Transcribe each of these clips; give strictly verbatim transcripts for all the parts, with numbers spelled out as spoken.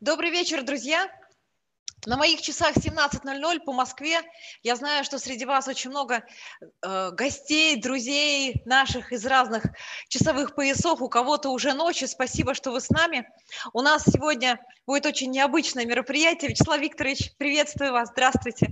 Добрый вечер, друзья! На моих часах семнадцать ноль ноль по Москве. Я знаю, что среди вас очень много э, гостей, друзей наших из разных часовых поясов. У кого-то уже ночи. Спасибо, что вы с нами. У нас сегодня будет очень необычное мероприятие. Вячеслав Викторович, приветствую вас. Здравствуйте.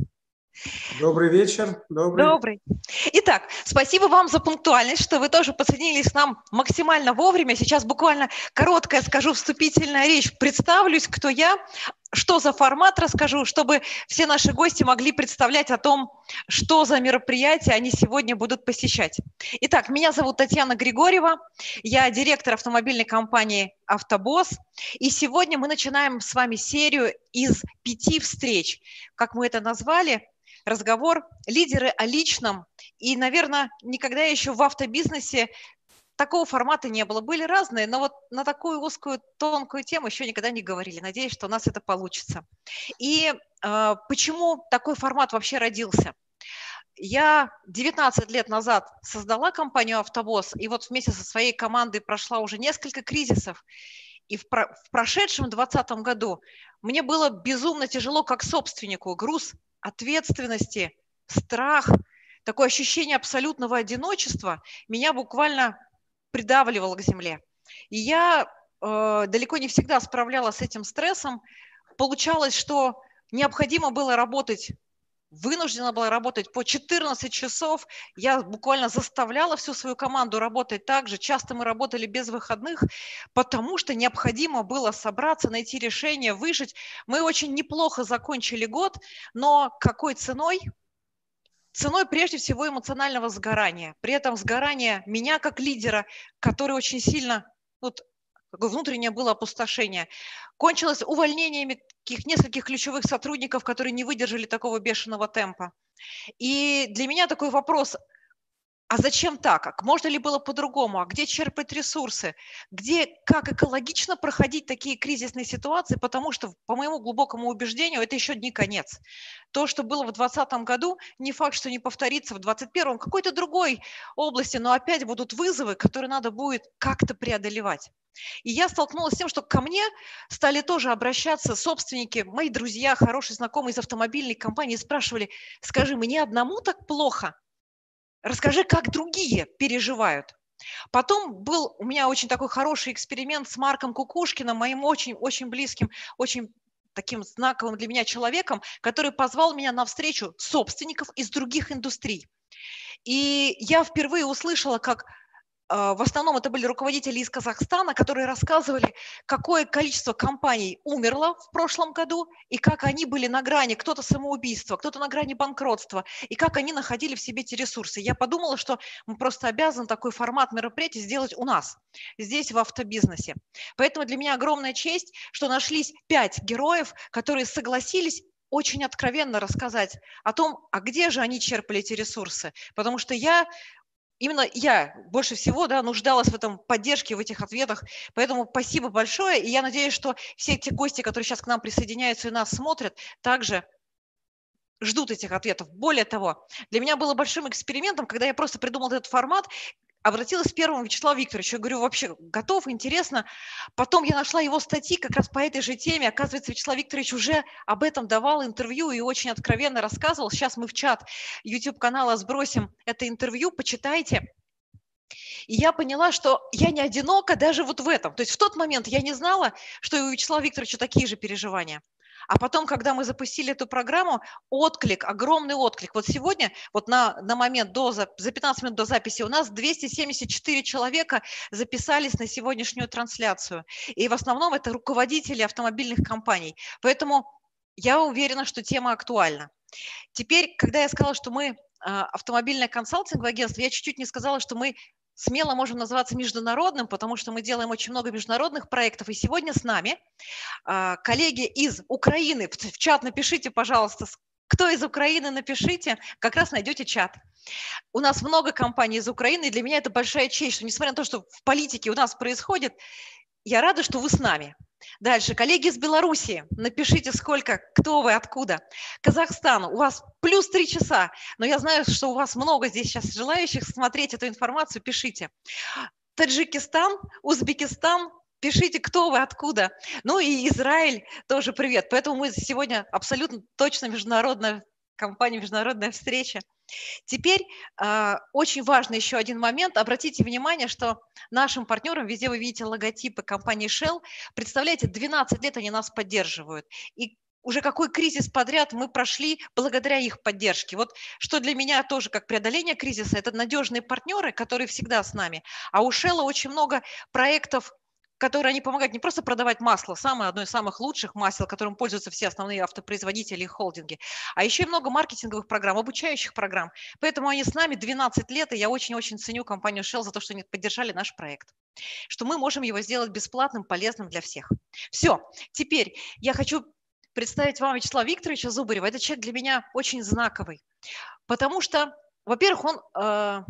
Добрый вечер. Добрый. Добрый. Итак, спасибо вам за пунктуальность, что вы тоже подсоединились к нам максимально вовремя. Сейчас буквально короткая скажу вступительная речь. Представлюсь, кто я, что за формат расскажу, чтобы все наши гости могли представлять о том, что за мероприятия они сегодня будут посещать. Итак, меня зовут Татьяна Григорьева, я директор автомобильной компании «АвтоБосс». И сегодня мы начинаем с вами серию из пяти встреч, как мы это назвали, разговор «Лидеры о личном». И, наверное, никогда еще в автобизнесе такого формата не было. Были разные, но вот на такую узкую, тонкую тему еще никогда не говорили. Надеюсь, что у нас это получится. И э, почему такой формат вообще родился? Я девятнадцать лет назад создала компанию «АвтоБосс», и вот вместе со своей командой прошла уже несколько кризисов. И в, про в прошедшем двадцатом году мне было безумно тяжело как собственнику. Груз ответственности, страх, такое ощущение абсолютного одиночества меня буквально придавливало к земле. И я э, далеко не всегда справлялась с этим стрессом. Получалось, что необходимо было работать, вынуждена была работать по четырнадцать часов. Я буквально заставляла всю свою команду работать так же. Часто мы работали без выходных, потому что необходимо было собраться, найти решение, выжить. Мы очень неплохо закончили год, но какой ценой? Ценой прежде всего эмоционального сгорания. При этом сгорание меня как лидера, который очень сильно, вот, внутреннее было опустошение, кончилось увольнениями таких нескольких ключевых сотрудников, которые не выдержали такого бешеного темпа. И для меня такой вопрос: а зачем так? А можно ли было по-другому? А где черпать ресурсы? Где, как экологично проходить такие кризисные ситуации? Потому что, по моему глубокому убеждению, это еще не конец. То, что было в двадцатом году, не факт, что не повторится в двадцать первом, в какой-то другой области, но опять будут вызовы, которые надо будет как-то преодолевать. И я столкнулась с тем, что ко мне стали тоже обращаться собственники, мои друзья, хорошие знакомые из автомобильной компании, спрашивали: скажи, мне одному так плохо? Расскажи, как другие переживают. Потом был у меня очень такой хороший эксперимент с Марком Кукушкиным, моим очень-очень близким, очень таким знаковым для меня человеком, который позвал меня на встречу собственников из других индустрий. И я впервые услышала, как в основном это были руководители из Казахстана, которые рассказывали, какое количество компаний умерло в прошлом году, и как они были на грани, кто-то самоубийства, кто-то на грани банкротства, и как они находили в себе эти ресурсы. Я подумала, что мы просто обязаны такой формат мероприятий сделать у нас, здесь в автобизнесе. Поэтому для меня огромная честь, что нашлись пять героев, которые согласились очень откровенно рассказать о том, а где же они черпали эти ресурсы. Потому что я... Именно я больше всего да, нуждалась в этом поддержке, в этих ответах. Поэтому спасибо большое. И я надеюсь, что все те гости, которые сейчас к нам присоединяются и нас смотрят, также ждут этих ответов. Более того, для меня было большим экспериментом, когда я просто придумала этот формат, обратилась к первому Вячеславу Викторовичу. Я говорю: вообще готов, интересно. Потом я нашла его статьи как раз по этой же теме. Оказывается, Вячеслав Викторович уже об этом давал интервью и очень откровенно рассказывал. Сейчас мы в чат YouTube-канала сбросим это интервью, почитайте. И я поняла, что я не одинока даже вот в этом. То есть в тот момент я не знала, что и у Вячеслава Викторовича такие же переживания. А потом, когда мы запустили эту программу, отклик, огромный отклик. Вот сегодня, вот на, на момент до, за пятнадцать минут до записи у нас двести семьдесят четыре человека записались на сегодняшнюю трансляцию. И в основном это руководители автомобильных компаний. Поэтому я уверена, что тема актуальна. Теперь, когда я сказала, что мы автомобильное консалтинговое агентство, я чуть-чуть не сказала, что мы смело можем называться международным, потому что мы делаем очень много международных проектов. И сегодня с нами коллеги из Украины. В чат напишите, пожалуйста, кто из Украины, напишите, как раз найдете чат. У нас много компаний из Украины, и для меня это большая честь, что несмотря на то, что в политике у нас происходит, я рада, что вы с нами. Дальше, коллеги из Беларуси, напишите, сколько, кто вы, откуда. Казахстан, у вас плюс три часа, но я знаю, что у вас много здесь сейчас желающих смотреть эту информацию, пишите. Таджикистан, Узбекистан, Пишите, кто вы, откуда. Ну и Израиль тоже привет. Поэтому мы сегодня абсолютно точно международная компания, международная встреча. Теперь э, очень важный еще один момент. Обратите внимание, что нашим партнерам, везде вы видите логотипы компании Shell. Представляете, двенадцать лет они нас поддерживают. И уже какой кризис подряд мы прошли благодаря их поддержке. Вот что для меня тоже как преодоление кризиса, это надежные партнеры, которые всегда с нами. А у Shell очень много проектов, которые они помогают не просто продавать масло, самое одно из самых лучших масел, которым пользуются все основные автопроизводители и холдинги, а еще и много маркетинговых программ, обучающих программ. Поэтому они с нами двенадцать лет, и я очень-очень ценю компанию Shell за то, что они поддержали наш проект, что мы можем его сделать бесплатным, полезным для всех. Все, теперь я хочу представить вам Вячеслава Викторовича Зубарева. Это человек для меня очень знаковый, потому что, во-первых, он, э,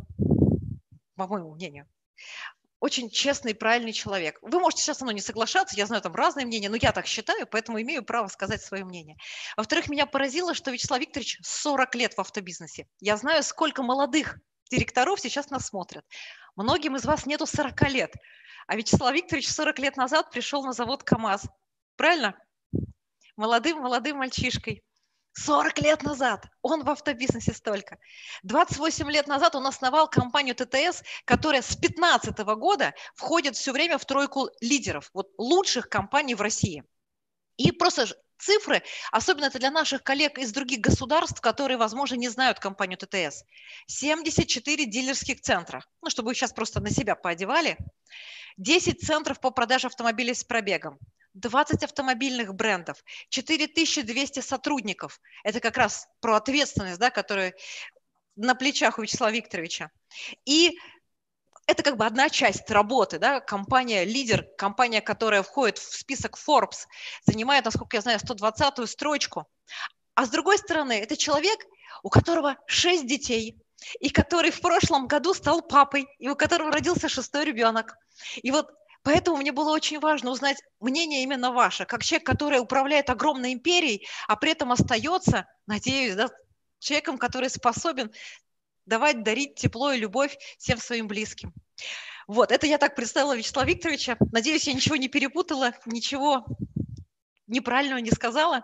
по моему мнению, очень честный и правильный человек. Вы можете сейчас со мной не соглашаться, я знаю там разные мнения, но я так считаю, поэтому имею право сказать свое мнение. Во-вторых, меня поразило, что Вячеслав Викторович сорок лет в автобизнесе. Я знаю, сколько молодых директоров сейчас нас смотрят. Многим из вас нету сорока лет, а Вячеслав Викторович сорок лет назад пришел на завод КАМАЗ. Правильно? Молодым-молодым мальчишкой. сорок лет назад он в автобизнесе столько. двадцать восемь лет назад он основал компанию ТТС, которая с пятнадцатого года входит все время в тройку лидеров, вот лучших компаний в России. И просто цифры, особенно это для наших коллег из других государств, которые, возможно, не знают компанию ТТС. семьдесят четыре дилерских центра, ну, чтобы вы сейчас просто на себя поодевали, десять центров по продаже автомобилей с пробегом, двадцать автомобильных брендов, четыре тысячи двести сотрудников. Это как раз про ответственность, да, которая на плечах у Вячеслава Викторовича. И это как бы одна часть работы. Да? Компания «Лидер», компания, которая входит в список Forbes, занимает, насколько я знаю, сто двадцатую строчку. А с другой стороны, это человек, у которого шесть детей, и который в прошлом году стал папой, и у которого родился шестой ребенок. И вот поэтому мне было очень важно узнать мнение именно ваше, как человек, который управляет огромной империей, а при этом остается, надеюсь, да, человеком, который способен давать, дарить тепло и любовь всем своим близким. Вот, это я так представила Вячеслава Викторовича. Надеюсь, я ничего не перепутала, ничего неправильного не сказала.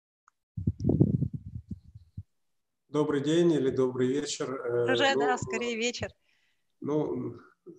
Добрый день или добрый вечер. Уже, ну, да, скорее вечер. Ну,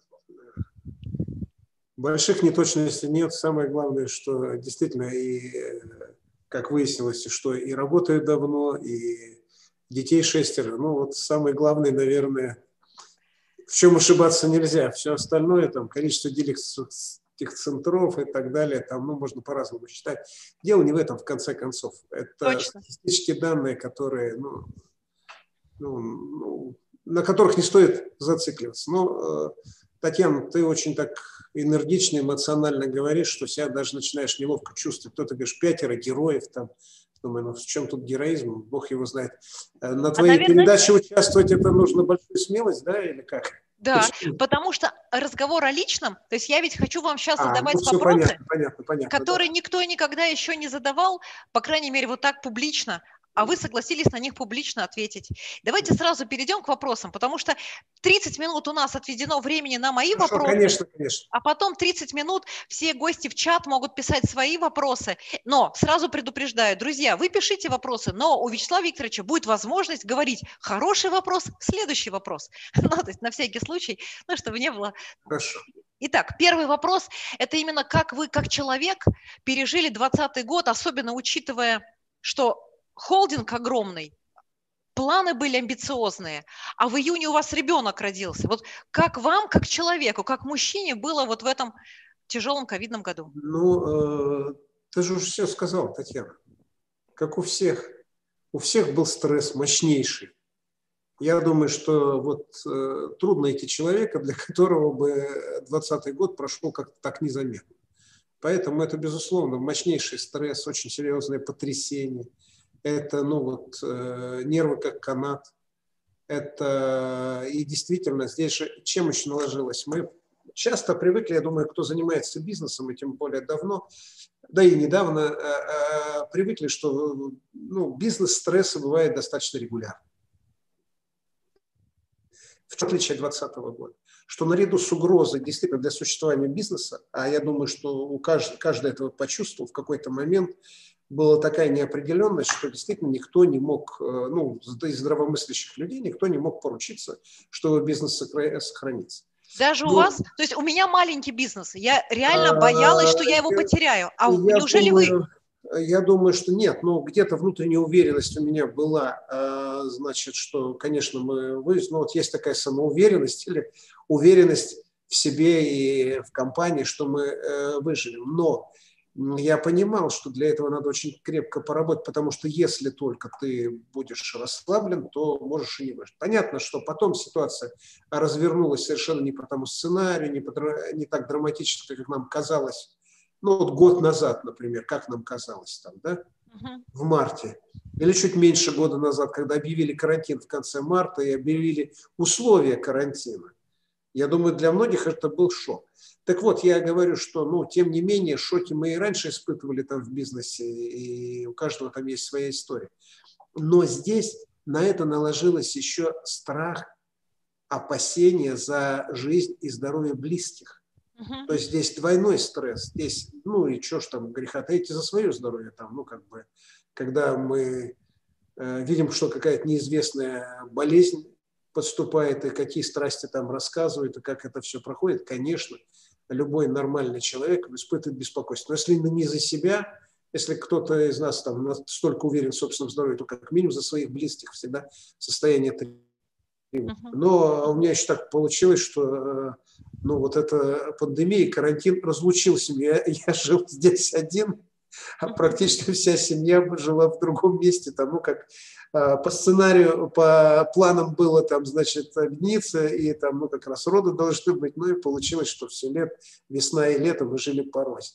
больших неточностей нет. Самое главное, что действительно, и, как выяснилось, что и работают давно, и детей шестеро. Ну, вот самое главное, наверное, в чем ошибаться нельзя. Все остальное, там, количество дилерских центров и так далее, там, ну, можно по-разному считать. Дело не в этом, в конце концов. Это Точно. Статистические данные, которые, ну, ну, ну, на которых не стоит зацикливаться. Но, Татьяна, ты очень так энергично, эмоционально говоришь, что себя даже начинаешь неловко чувствовать. Кто-то говоришь, пятеро героев там. Думаю, ну в чем тут героизм? Бог его знает. На твоей а, наверное... передаче участвовать это нужно большую смелость, да, или как? Да, почему? Потому что разговор о личном, то есть я ведь хочу вам сейчас а, задавать ну, вопросы, понятно, понятно, понятно, которые да. никто никогда еще не задавал, по крайней мере, вот так публично, а вы согласились на них публично ответить. Давайте сразу перейдем к вопросам, потому что тридцать минут у нас отведено времени на мои Хорошо, вопросы, конечно, конечно. А потом тридцать минут все гости в чат могут писать свои вопросы. Но сразу предупреждаю, друзья, вы пишите вопросы, но у Вячеслава Викторовича будет возможность говорить хороший вопрос, следующий вопрос. Ну, то есть на всякий случай, ну, чтобы не было... Хорошо. Итак, первый вопрос – это именно как вы, как человек, пережили двадцатый год, особенно учитывая, что холдинг огромный, планы были амбициозные, а в июне у вас ребенок родился. Вот как вам, как человеку, как мужчине было вот в этом тяжелом ковидном году? Ну, э, ты же уже все сказал, Татьяна. Как у всех. У всех был стресс мощнейший. Я думаю, что вот э, трудно найти человека, для которого бы двадцатый год прошел как-то так незаметно. Поэтому это, безусловно, мощнейший стресс, очень серьезное потрясение. Это, ну вот, э, нервы как канат. Это и действительно здесь же чем еще наложилось? Мы часто привыкли, я думаю, кто занимается бизнесом, и тем более давно, да и недавно, э, э, привыкли, что ну, бизнес-стрессы бывают достаточно регулярно. В отличие от двадцатого года. что наряду с угрозой действительно для существования бизнеса, а я думаю, что у каждого, каждый этого почувствовал в какой-то момент, была такая неопределенность, что действительно никто не мог, ну, из здравомыслящих людей, никто не мог поручиться, что бизнес сохранится. Даже Ну, у вас? То есть у меня маленький бизнес, я реально боялась, что я его я, потеряю. А я неужели думаю, вы? Я думаю, что нет, но где-то внутренняя уверенность у меня была, значит, что, конечно, мы вывезем, но вот есть такая самоуверенность или уверенность в себе и в компании, что мы выживем. Но я понимал, что для этого надо очень крепко поработать, потому что если только ты будешь расслаблен, то можешь и не выжить. Понятно, что потом ситуация развернулась совершенно не по тому сценарию, не, по, не так драматично, как нам казалось. Ну, вот год назад, например, как нам казалось там, да, uh-huh. в марте. Или чуть меньше года назад, когда объявили карантин в конце марта и объявили условия карантина. Я думаю, для многих это был шок. Так вот, я говорю, что, ну, тем не менее, шоки мы и раньше испытывали там в бизнесе, и у каждого там есть своя история. Но здесь на это наложилось еще страх, опасение за жизнь и здоровье близких. Uh-huh. То есть здесь двойной стресс. Здесь, ну и что ж там греха таить за свое здоровье там, ну как бы, когда мы э, видим, что какая-то неизвестная болезнь подступает, и какие страсти там рассказывают, и как это все проходит, конечно, любой нормальный человек испытывает беспокойство. Но если не за себя, если кто-то из нас там настолько уверен в собственном здоровье, то как минимум за своих близких всегда состояние тревоги. Но у меня еще так получилось, что ну, вот эта пандемия, карантин разлучил семью. Я, я жил здесь один, а практически вся семья жила в другом месте. Там, ну, как по сценарию, по планам было там, значит, объединиться, и там, ну, как раз роды должны быть. Ну, и получилось, что все лет, весна и лето мы жили порознь.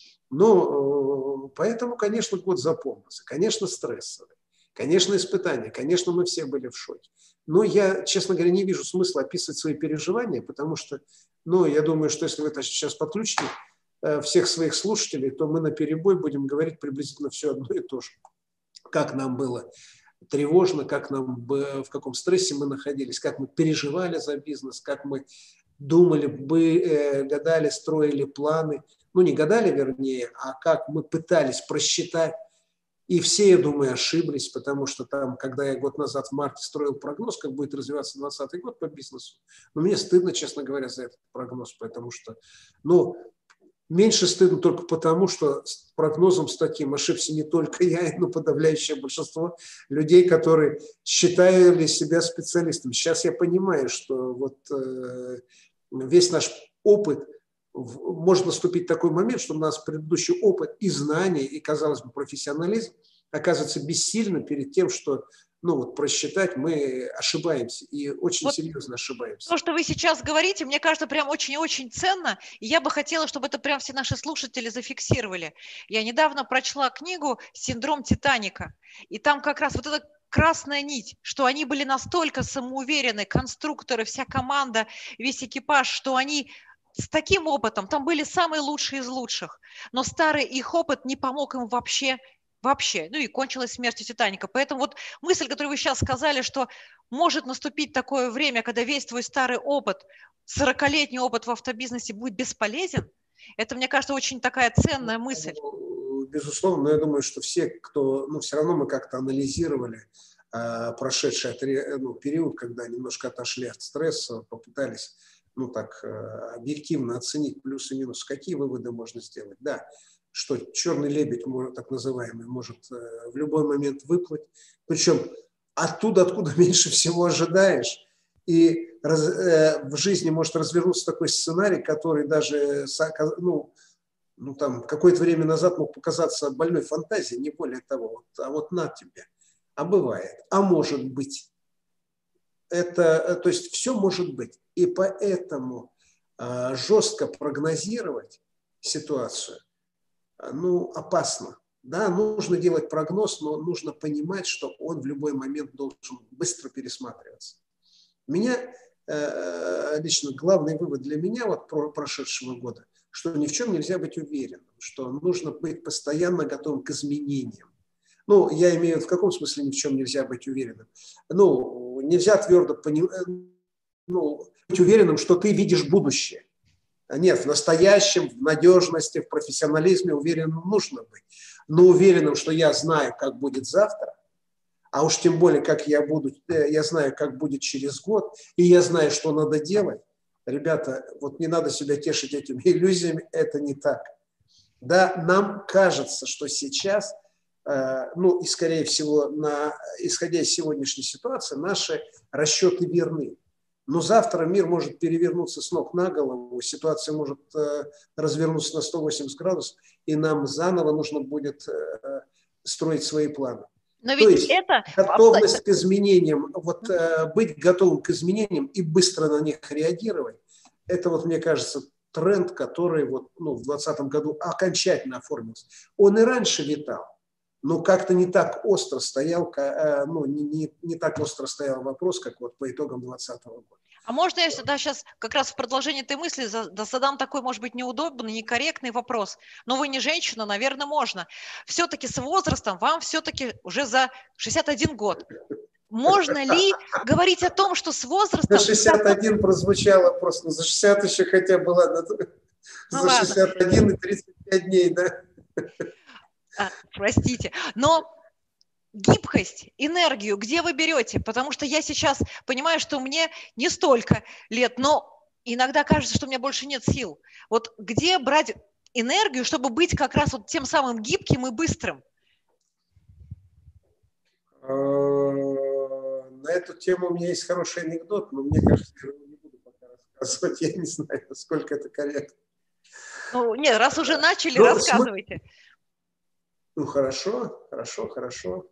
Ну, поэтому, конечно, год запомнился. Конечно, стрессовый. Конечно, испытания. Конечно, мы все были в шоке. Но я, честно говоря, не вижу смысла описывать свои переживания, потому что, ну, я думаю, что если вы сейчас подключите э, всех своих слушателей, то мы наперебой будем говорить приблизительно все одно и то же. Как нам было тревожно, как нам, в каком стрессе мы находились, как мы переживали за бизнес, как мы думали, бы, э, гадали, строили планы. Ну, не гадали, вернее, а как мы пытались просчитать. И все, я думаю, ошиблись, потому что там, когда я год назад в марте строил прогноз, как будет развиваться двадцатый год по бизнесу, ну, мне стыдно, честно говоря, за этот прогноз, потому что, ну, меньше стыдно только потому, что с прогнозом с таким ошибся не только я, но подавляющее большинство людей, которые считали себя специалистами. Сейчас я понимаю, что вот э, весь наш опыт, может наступить такой момент, что у нас предыдущий опыт и знания, и, казалось бы, профессионализм оказывается бессильным перед тем, что, ну, вот просчитать, мы ошибаемся, и очень вот серьезно ошибаемся. То, что вы сейчас говорите, мне кажется, прям очень-очень ценно, и я бы хотела, чтобы это прям все наши слушатели зафиксировали. Я недавно прочла книгу «Синдром Титаника», и там как раз вот эта красная нить, что они были настолько самоуверены, конструкторы, вся команда, весь экипаж, что они с таким опытом, там были самые лучшие из лучших, но старый их опыт не помог им вообще, вообще, ну и кончилась смертью Титаника. Поэтому вот мысль, которую вы сейчас сказали, что может наступить такое время, когда весь твой старый опыт, сорокалетний опыт в автобизнесе будет бесполезен, это, мне кажется, очень такая ценная мысль. Безусловно, но я думаю, что все, кто, ну, все равно мы как-то анализировали э, прошедший ну, период, когда немножко отошли от стресса, попытались ну так, объективно оценить плюсы и минусы, какие выводы можно сделать. Да, что черный лебедь, так называемый, может в любой момент выплыть, причем оттуда, откуда меньше всего ожидаешь, и раз, э, в жизни может развернуться такой сценарий, который даже, ну, ну там, какое-то время назад мог показаться больной фантазией, не более того, вот, а вот на тебе, а бывает, а может быть. Это, то есть все может быть. И поэтому э, жестко прогнозировать ситуацию, ну, опасно. Да, нужно делать прогноз, но нужно понимать, что он в любой момент должен быстро пересматриваться. У меня э, лично главный вывод для меня вот про прошедшего года, что ни в чем нельзя быть уверенным, что нужно быть постоянно готовым к изменениям. Ну, я имею в виду, в каком смысле ни в чем нельзя быть уверенным? Ну, нельзя твердо понимать, ну, быть уверенным, что ты видишь будущее. Нет, в настоящем, в надежности, в профессионализме уверенным нужно быть. Но уверенным, что я знаю, как будет завтра, а уж тем более, как я буду, я знаю, как будет через год, и я знаю, что надо делать. Ребята, вот не надо себя тешить этими иллюзиями, это не так. Да, нам кажется, что сейчас, э, ну и скорее всего, на, исходя из сегодняшней ситуации, наши расчеты верны. Но завтра мир может перевернуться с ног на голову, ситуация может э, развернуться на сто восемьдесят градусов, и нам заново нужно будет э, строить свои планы. Но То ведь есть это готовность к изменениям, вот э, быть готовым к изменениям и быстро на них реагировать, это вот, мне кажется, тренд, который вот, ну, в двадцатом году окончательно оформился. Он и раньше витал, но как-то не так остро стоял, э, ну, не, не, не так остро стоял вопрос, как вот по итогам двадцатого года. А можно я сюда сейчас как раз в продолжении этой мысли задам такой, может быть, неудобный, некорректный вопрос? Но вы не женщина, наверное, можно. Все-таки с возрастом, вам все-таки уже за шестьдесят один год. Можно ли говорить о том, что с возрастом... За шестьдесят один прозвучало просто, за шестьдесят еще хотя бы, ладно, ну, за шестьдесят один и тридцать пять дней, да? А, простите, но... Гибкость, энергию, где вы берете? Потому что я сейчас понимаю, что мне не столько лет, но иногда кажется, что у меня больше нет сил. Вот где брать энергию, чтобы быть как раз вот тем самым гибким и быстрым? На эту тему у меня есть хороший анекдот, но мне кажется, я его не буду пока рассказывать. Я не знаю, насколько это корректно. Ну, нет, раз уже начали, но, рассказывайте. Ну, хорошо, хорошо, хорошо.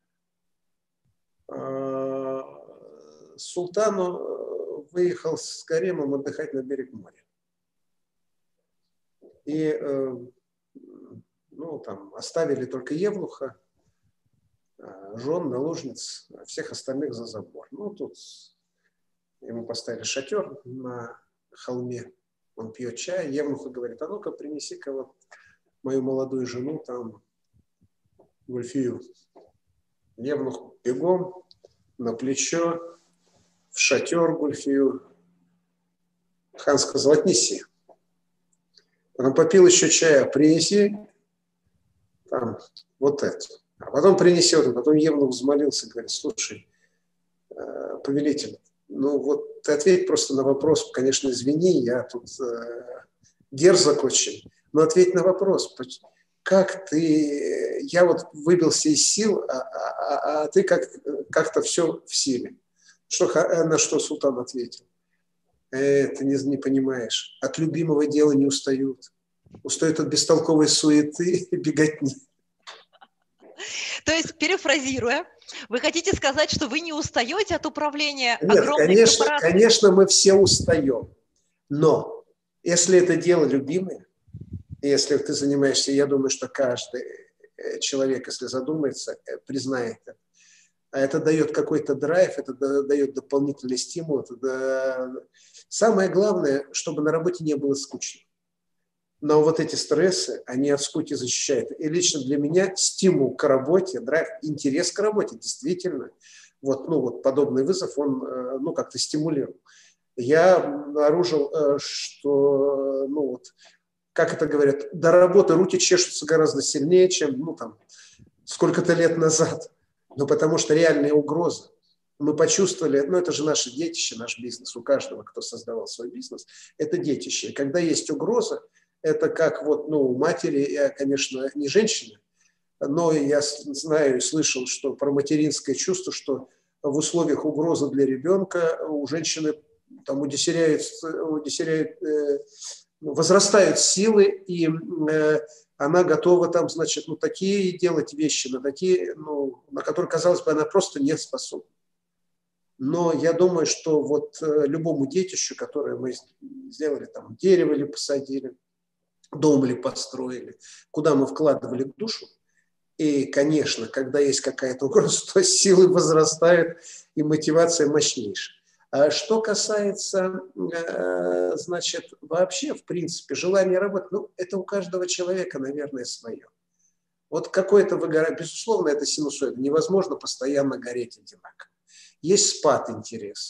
Султан выехал с гаремом отдыхать на берег моря. И, ну, там оставили только Евнуха, жен, наложниц, всех остальных за забор. Ну, тут ему поставили шатер на холме, он пьет чай, Евнуха говорит: а ну-ка, принеси-ка вот мою молодую жену, там, Гульфию. Евнух бегом на плечо, в шатер Гульфию. Хан сказал: отнеси. Потом попил еще чая, принеси там вот это. А потом принеси вот это. Потом Евнух взмолился, говорит: слушай, повелитель, ну вот ты ответь просто на вопрос. Конечно, извини, я тут э, дерзок очень, но ответь на вопрос. Как ты, я вот выбился из сил, а, а, а ты как, как-то все в силе. Что, на что султан ответил: э, ты не, не понимаешь, от любимого дела не устают. Устают от бестолковой суеты и беготни. То есть, перефразируя, вы хотите сказать, что вы не устаете от управления Нет, огромной конечно, корпорацией? конечно, мы все устаем. Но если это дело любимое, если ты занимаешься, я думаю, что каждый человек, если задумается, признает это. А это дает какой-то драйв, это дает дополнительный стимул. Это... Самое главное, чтобы на работе не было скучно. Но вот эти стрессы, они от скуки защищают. И лично для меня стимул к работе, драйв, интерес к работе, действительно, вот, ну, вот подобный вызов, он, ну, как-то стимулировал. Я обнаружил, что, ну, вот, как это говорят, до работы руки чешутся гораздо сильнее, чем, ну, там, сколько-то лет назад. Ну, потому что реальные угрозы. Мы почувствовали, ну, это же наше детище, наш бизнес. У каждого, кто создавал свой бизнес, это детище. И когда есть угроза, это как вот, ну, у матери, я, конечно, не женщина, но я знаю и слышал, что про материнское чувство, что в условиях угрозы для ребенка у женщины там удесеряют, удесеряют э, возрастают силы, и э, она готова там, значит, ну, такие делать вещи, на такие, ну, на которые, казалось бы, она просто не способна. Но я думаю, что вот э, любому детищу, которое мы сделали, там, дерево или посадили, дом ли построили, куда мы вкладывали душу. И, конечно, когда есть какая-то угроза, то силы возрастают и мотивация мощнейшая. А что касается, значит, вообще, в принципе, желания работать, ну, это у каждого человека, наверное, свое. Вот какое-то выгорание, безусловно, это синусоида. Невозможно постоянно гореть одинаково. Есть спад интереса.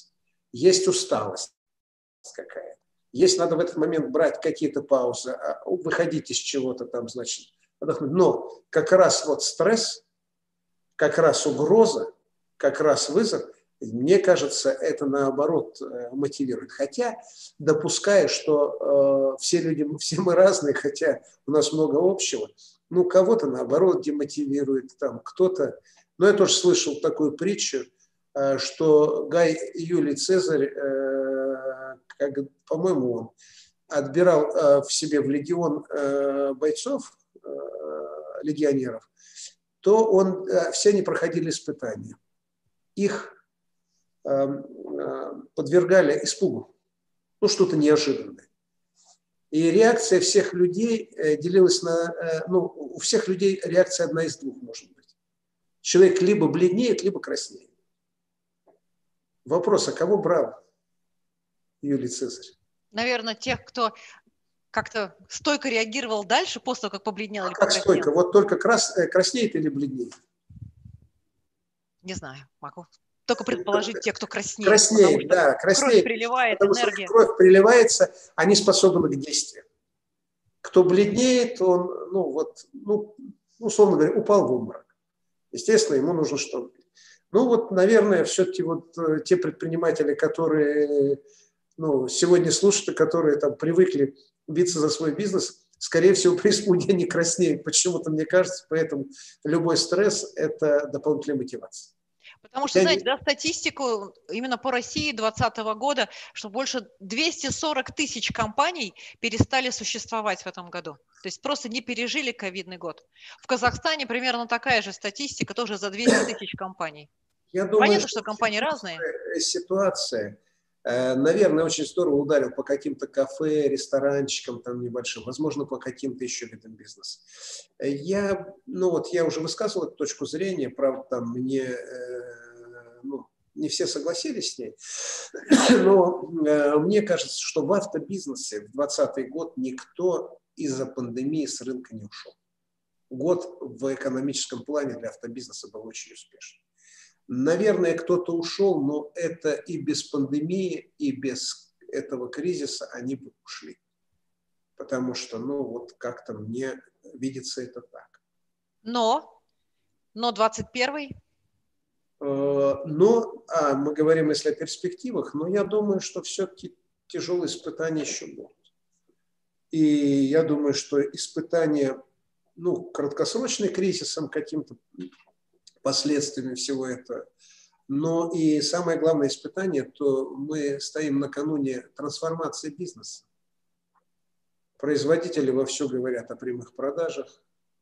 есть усталость какая-то. Есть надо в этот момент брать какие-то паузы, выходить из чего-то там, значит, отдохнуть. Но как раз вот стресс, как раз угроза, как раз вызов, мне кажется, это наоборот мотивирует. Хотя допускаю, что э, все люди, все мы разные, хотя у нас много общего, ну, кого-то наоборот демотивирует, там, кто-то... Но я тоже слышал такую притчу, э, что Гай Юлий Цезарь, э, как, по-моему, он отбирал э, в себе в легион э, бойцов, э, легионеров, то он, э, все они проходили испытания. Их подвергали испугу, ну, что-то неожиданное. И реакция всех людей делилась на... Ну, у всех людей реакция одна из двух может быть. Человек либо бледнеет, либо краснеет. Вопрос, а кого брал Юлий Цезарь? Наверное, тех, кто как-то стойко реагировал дальше, после того, как побледнел А или как покраснел. стойко? Вот только крас... краснеет или бледнеет? Не знаю, могу только предположить те, кто краснеет. Краснеет, да, краснеет. Кровь приливает, потому энергия. что кровь приливается, они способны к действию. Кто бледнеет, он, ну вот, ну, условно говоря, упал в обморок. Естественно, ему нужно что-то. Ну вот, наверное, все-таки вот те предприниматели, которые, ну, сегодня слушают, которые там привыкли биться за свой бизнес, скорее всего, при испуге не краснеют. Почему-то, мне кажется, поэтому любой стресс – это дополнительная мотивация. Потому что, знаете, да, статистику именно по России двадцатого года, что больше двухсот сорока тысяч компаний перестали существовать в этом году. То есть просто не пережили ковидный год. В Казахстане примерно такая же статистика, тоже за двести тысяч компаний. Я думаю, понятно, что, что компании разные. Ситуация, наверное, очень здорово ударил по каким-то кафе, ресторанчикам там небольшим, возможно, по каким-то еще видам бизнеса. Я, ну вот, я уже высказывал эту точку зрения, правда, там мне, ну, не все согласились с ней, но мне кажется, что в автобизнесе в двадцатый год никто из-за пандемии с рынка не ушел. Год в экономическом плане для автобизнеса был очень успешный. Наверное, кто-то ушел, но это и без пандемии, и без этого кризиса они бы ушли. Потому что, ну, вот как-то мне видится это так. Но, но двадцать первый? Но, а, мы говорим, если о перспективах, но я думаю, что все-таки тяжелые испытания еще будут. И я думаю, что испытания, ну, краткосрочный кризисом, каким-то последствиями всего этого, но и самое главное испытание, то мы стоим накануне трансформации бизнеса. Производители вовсю говорят о прямых продажах,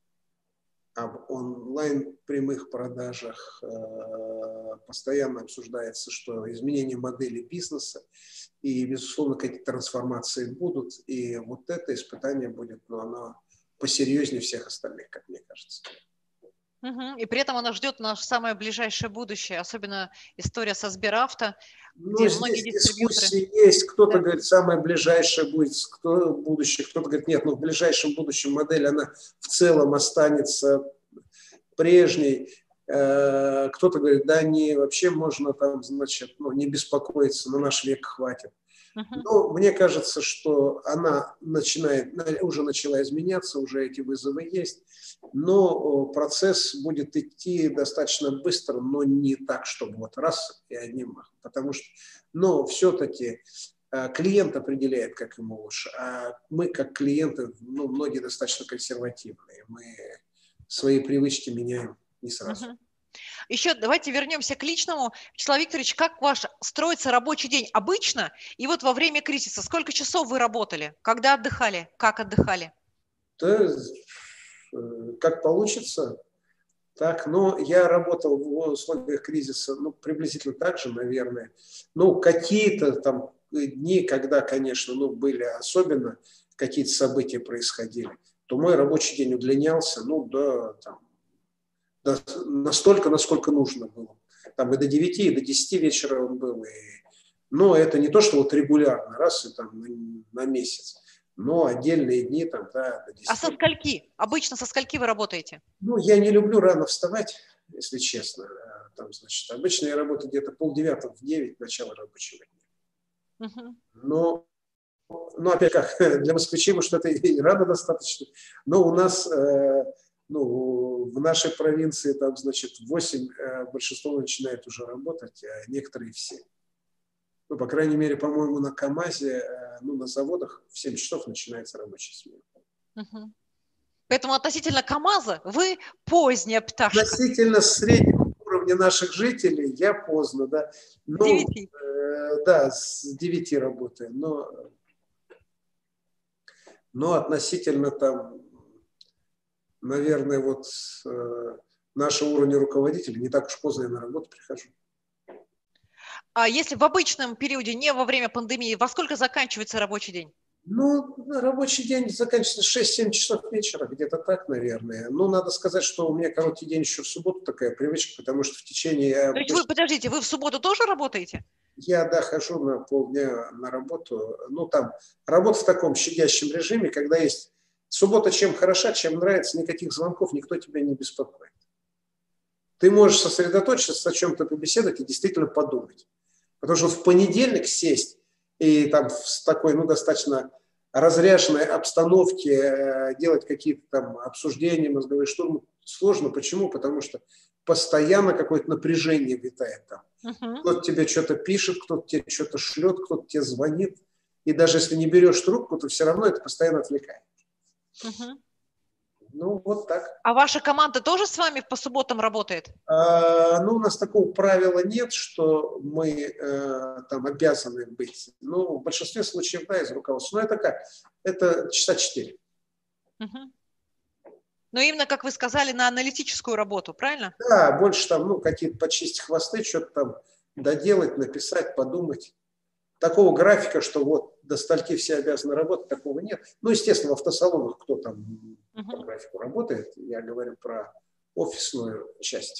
об онлайн прямых продажах. Постоянно обсуждается, что изменение модели бизнеса и, безусловно, какие-то трансформации будут. И вот это испытание будет, но оно посерьезнее всех остальных, как мне кажется. Угу. И при этом она ждет наше самое ближайшее будущее, особенно история со Сберавто, ну, где здесь многие дискуссии есть. Кто-то да. говорит, самое ближайшее будет кто будущее, кто-то говорит, нет, ну в ближайшем будущем модель, она в целом останется прежней. Кто-то говорит, да, не, вообще можно там, значит, ну, не беспокоиться, на наш век хватит. Uh-huh. Но мне кажется, что она начинает, уже начала изменяться, уже эти вызовы есть, но процесс будет идти достаточно быстро, но не так, чтобы вот раз и одним махом. Потому что, но все-таки клиент определяет, как ему лучше, а мы, как клиенты, ну, многие достаточно консервативные, мы свои привычки меняем не сразу. Uh-huh. Еще давайте вернемся к личному. Вячеслав Викторович, как ваш строится рабочий день обычно? И вот во время кризиса сколько часов вы работали? Когда отдыхали? Как отдыхали? Да, как получится. Так, но я работал в условиях кризиса, ну, приблизительно так же, наверное. Ну, какие-то там дни, когда, конечно, ну, были особенно какие-то события происходили, то мой рабочий день удлинялся, ну, до там, настолько, насколько нужно было. Там и до девяти, и до десяти вечера он был. И... Но это не то, что вот регулярно, раз и там на, на месяц. Но отдельные дни там, да, до десяти. А со скольки? Обычно со скольки вы работаете? Ну, я не люблю рано вставать, если честно. Там, значит, обычно я работаю где-то полдевятого в девять, начало рабочего дня. Угу. Но, ну, опять как, для москвичей, может, это и рано достаточно, но у нас, э, ну, в нашей провинции, там, значит, в восемь э, большинство начинает уже работать, а некоторые в семь. Ну, по крайней мере, по-моему, на КамАЗе, э, ну, на заводах в семь часов начинается рабочая смена. Угу. Поэтому относительно КамАЗа вы поздняя пташка. Относительно среднего уровня наших жителей я поздно, да. Ну, девяти. Э, да, с девяти работаю, но, но относительно там, наверное, вот э, нашего уровня руководителей не так уж поздно я на работу прихожу. А если в обычном периоде, не во время пандемии, во сколько заканчивается рабочий день? Ну, рабочий день заканчивается шесть-семь часов вечера, где-то так, наверное. Ну, надо сказать, что у меня короткий день еще в субботу такая привычка, потому что в течение... То есть вы, подождите, вы в субботу тоже работаете? Я, да, хожу на полдня на работу. Ну, там, работа в таком щадящем режиме, когда есть... Суббота чем хороша, чем нравится, никаких звонков, никто тебя не беспокоит. Ты можешь сосредоточиться, о чем-то побеседовать и действительно подумать. Потому что в понедельник сесть и там в такой, ну, достаточно разряженной обстановке э, делать какие-то там обсуждения, мозговые штурмы сложно. Почему? Потому что постоянно какое-то напряжение витает там. Uh-huh. Кто-то тебе что-то пишет, кто-то тебе что-то шлет, кто-то тебе звонит. И даже если не берешь трубку, то все равно это постоянно отвлекает. Uh-huh. Ну, вот так. А ваша команда тоже с вами по субботам работает? А, ну, у нас такого правила нет, что мы э, там обязаны быть. Ну, в большинстве случаев, да, из руководства. Но это как? Это часа четыре. Угу. Но именно, как вы сказали, на аналитическую работу, правильно? Да, больше там, ну, какие-то почистить хвосты, что-то там доделать, написать, подумать. Такого графика, что вот до стольки все обязаны работать, такого нет. Ну, естественно, в автосалонах кто там uh-huh. по графику работает, я говорю про офисную часть.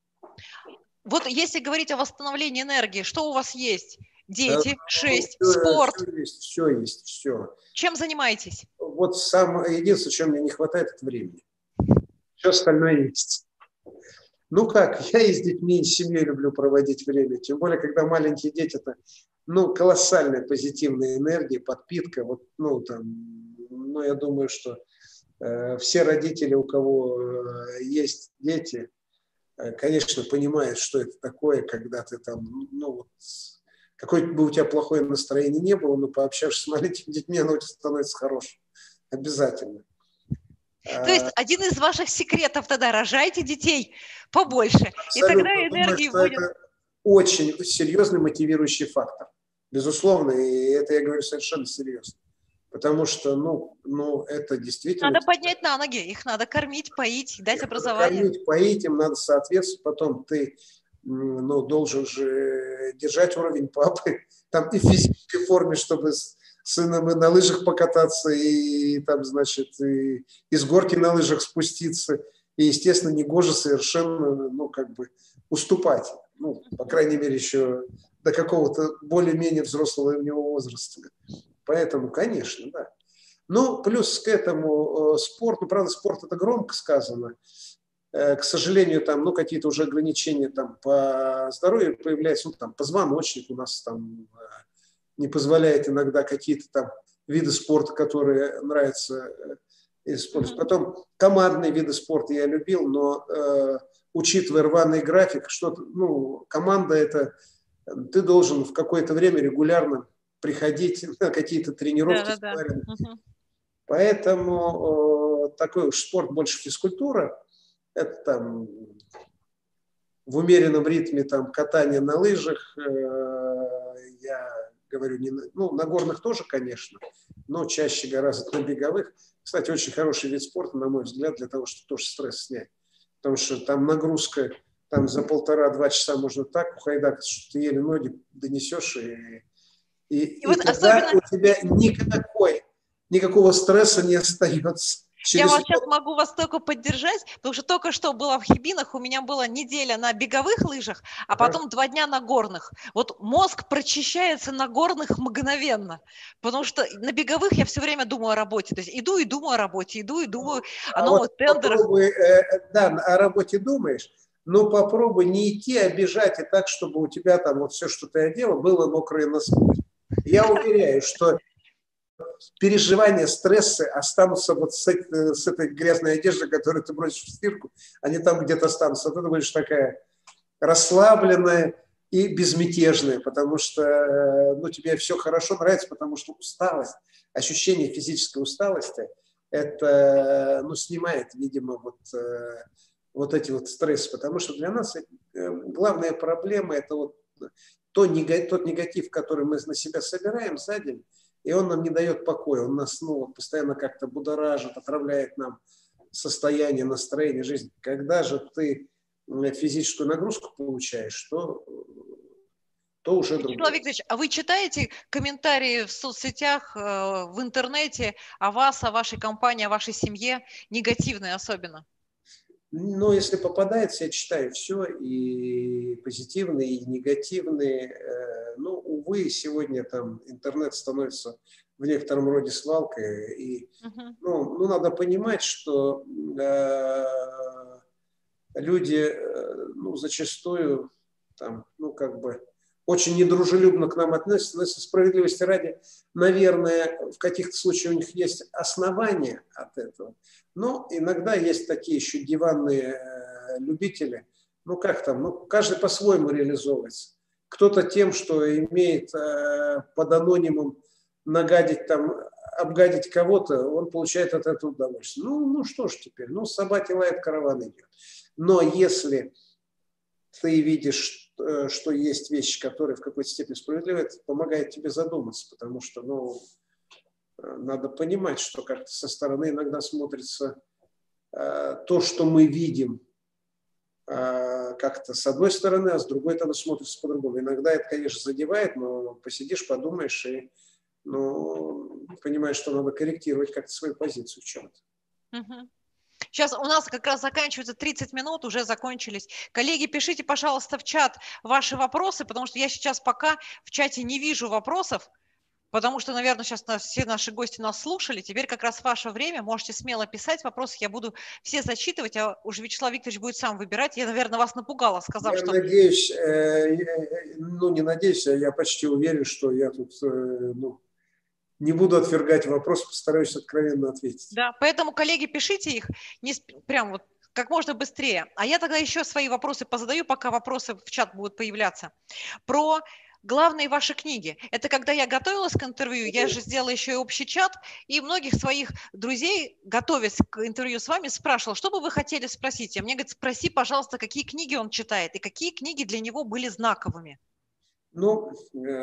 Вот если говорить о восстановлении энергии, что у вас есть? Дети, да, шесть, все, спорт. Все есть, все есть, все. Чем занимаетесь? Вот самое единственное, чем мне не хватает, это времени. Все остальное есть. Ну как, я и с детьми, и с семьей люблю проводить время. Тем более, когда маленькие дети, это, ну, колоссальная позитивная энергия, подпитка. Вот, ну, там, ну, я думаю, что э, все родители, у кого э, есть дети, э, конечно, понимают, что это такое, когда ты там, ну, вот, какое бы у тебя плохое настроение не было, но пообщавшись с маленькими детьми, оно у тебя становится хорошим. Обязательно. То есть один из ваших секретов тогда — рожайте детей побольше, абсолютно. И тогда энергии думаю, будет... Это очень серьезный мотивирующий фактор. Безусловно, и это я говорю совершенно серьезно. Потому что, ну, ну это действительно... Надо поднять на ноги, их надо кормить, поить, дать их образование. Кормить, поить, им надо соответствовать. Потом ты, ну, должен же держать уровень папы, там и в физической форме, чтобы... с сыном и на лыжах покататься, и, и там, значит, и, и с горки на лыжах спуститься. И, естественно, негоже совершенно, ну, как бы уступать. Ну, по крайней мере, еще до какого-то более-менее взрослого у него возраста. Поэтому, конечно, да. Ну, плюс к этому э, спорт, ну, правда, спорт это громко сказано. Э, к сожалению, там, ну, какие-то уже ограничения там по здоровью появляются, ну, там, позвоночник у нас там... не позволяет иногда какие-то там виды спорта, которые нравятся использовать. Mm-hmm. Потом командные виды спорта я любил, но э, учитывая рваный график, что-то, ну, команда это ты должен в какое-то время регулярно приходить на какие-то тренировки. Да, да, да. Mm-hmm. Поэтому э, такой уж спорт больше физкультура. Это там в умеренном ритме там катание на лыжах. Э, я говорю, не на, ну, на горных тоже, конечно, но чаще гораздо на беговых. Кстати, очень хороший вид спорта, на мой взгляд, для того, чтобы тоже стресс снять. Потому что там нагрузка, там за полтора-два часа можно так ухайдакаться, что ты еле ноги донесешь, и, и, и, и вот тогда особенно... у тебя никакой, никакого стресса не остается. Через... Я вас сейчас могу вас только поддержать, потому что только что была в Хибинах, у меня была неделя на беговых лыжах, а потом два дня на горных. Вот мозг прочищается на горных мгновенно, потому что на беговых я все время думаю о работе. То есть иду и думаю о работе, иду и думаю о новых вот тендерах. Попробуй, э, да, о работе думаешь, но попробуй не идти, а бежать и так, чтобы у тебя там вот все, что ты одела, было мокрое насквозь. Я уверяю, что переживания, стрессы останутся вот с, этой, с этой грязной одеждой, которую ты бросишь в стирку, они там где-то останутся. А ты будешь такая расслабленная и безмятежная, потому что ну, тебе все хорошо нравится, потому что усталость, ощущение физической усталости, это ну, снимает, видимо, вот, вот эти вот стрессы. Потому что для нас главная проблема – это вот то, тот негатив, который мы на себя собираем за день, и он нам не дает покоя, он нас ну, вот, постоянно как-то будоражит, отравляет нам состояние, настроение, жизнь. Когда же ты физическую нагрузку получаешь, то, то уже другое. Вячеслав Викторович, а вы читаете комментарии в соцсетях, в интернете о вас, о вашей компании, о вашей семье, негативные особенно? Ну, если попадается, я читаю все, и позитивные, и негативные. Ну, увы, сегодня там интернет становится в некотором роде свалкой. И, uh-huh. ну, ну, надо понимать, что э, люди ну, зачастую там, ну, как бы очень недружелюбно к нам относятся, но если справедливости ради, наверное, в каких-то случаях у них есть основания от этого. Но иногда есть такие еще диванные э, любители, ну как там, ну каждый по-своему реализовывается. Кто-то тем, что имеет э, под анонимом нагадить там, обгадить кого-то, он получает от этого удовольствие. Ну, ну что ж теперь, ну собаки лает, караван идет. Но если ты видишь, что есть вещи, которые в какой-то степени справедливы, это помогает тебе задуматься, потому что, ну, надо понимать, что как-то со стороны иногда смотрится э, то, что мы видим, э, как-то с одной стороны, а с другой это смотрится по-другому. Иногда это, конечно, задевает, но посидишь, подумаешь и ну, понимаешь, что надо корректировать как-то свою позицию в чем-то. Угу. Сейчас у нас как раз заканчивается тридцать минут, уже закончились. Коллеги, пишите, пожалуйста, в чат ваши вопросы, потому что я сейчас пока в чате не вижу вопросов, потому что, наверное, сейчас все наши гости нас слушали. Теперь как раз ваше время, можете смело писать вопросы, я буду все зачитывать, а уже Вячеслав Викторович будет сам выбирать. Я, наверное, вас напугала, сказав, я что… надеюсь, э, ну не надеюсь, а я почти уверен, что я тут… Э, ну, не буду отвергать вопрос, постараюсь откровенно ответить. Да, поэтому, коллеги, пишите их не прям вот как можно быстрее. А я тогда еще свои вопросы позадаю, пока вопросы в чат будут появляться. Про главные ваши книги. Это когда я готовилась к интервью, я же сделала еще и общий чат, и многих своих друзей, готовясь к интервью с вами, спрашивала, что бы вы хотели спросить. А мне говорят, спроси, пожалуйста, какие книги он читает и какие книги для него были знаковыми. Ну,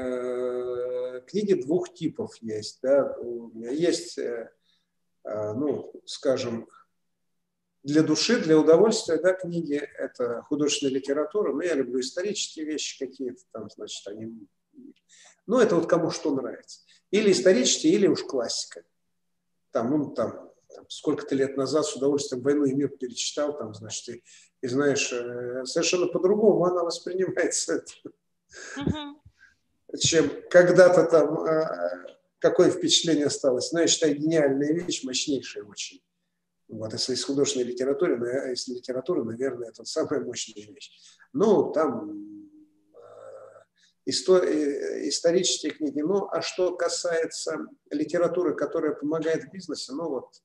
э, книги двух типов есть. Да. Есть, э, э, ну, скажем, для души, для удовольствия, да, книги. Это художественная литература. Но я люблю исторические вещи какие-то там, значит, они… Ну, это вот кому что нравится. Или исторические, или уж классика. Там, ну, там, там сколько-то лет назад с удовольствием «Войну и мир» перечитал, там, значит, и, и знаешь, э, совершенно по-другому она воспринимается. Uh-huh. Чем когда-то там, какое впечатление осталось. Но я считаю, гениальная вещь, мощнейшая очень. Вот, если из художественной литературы, а из литературы, наверное, это самая мощная вещь. Ну, там истори- исторические книги. Ну, а что касается литературы, которая помогает в бизнесе, ну вот,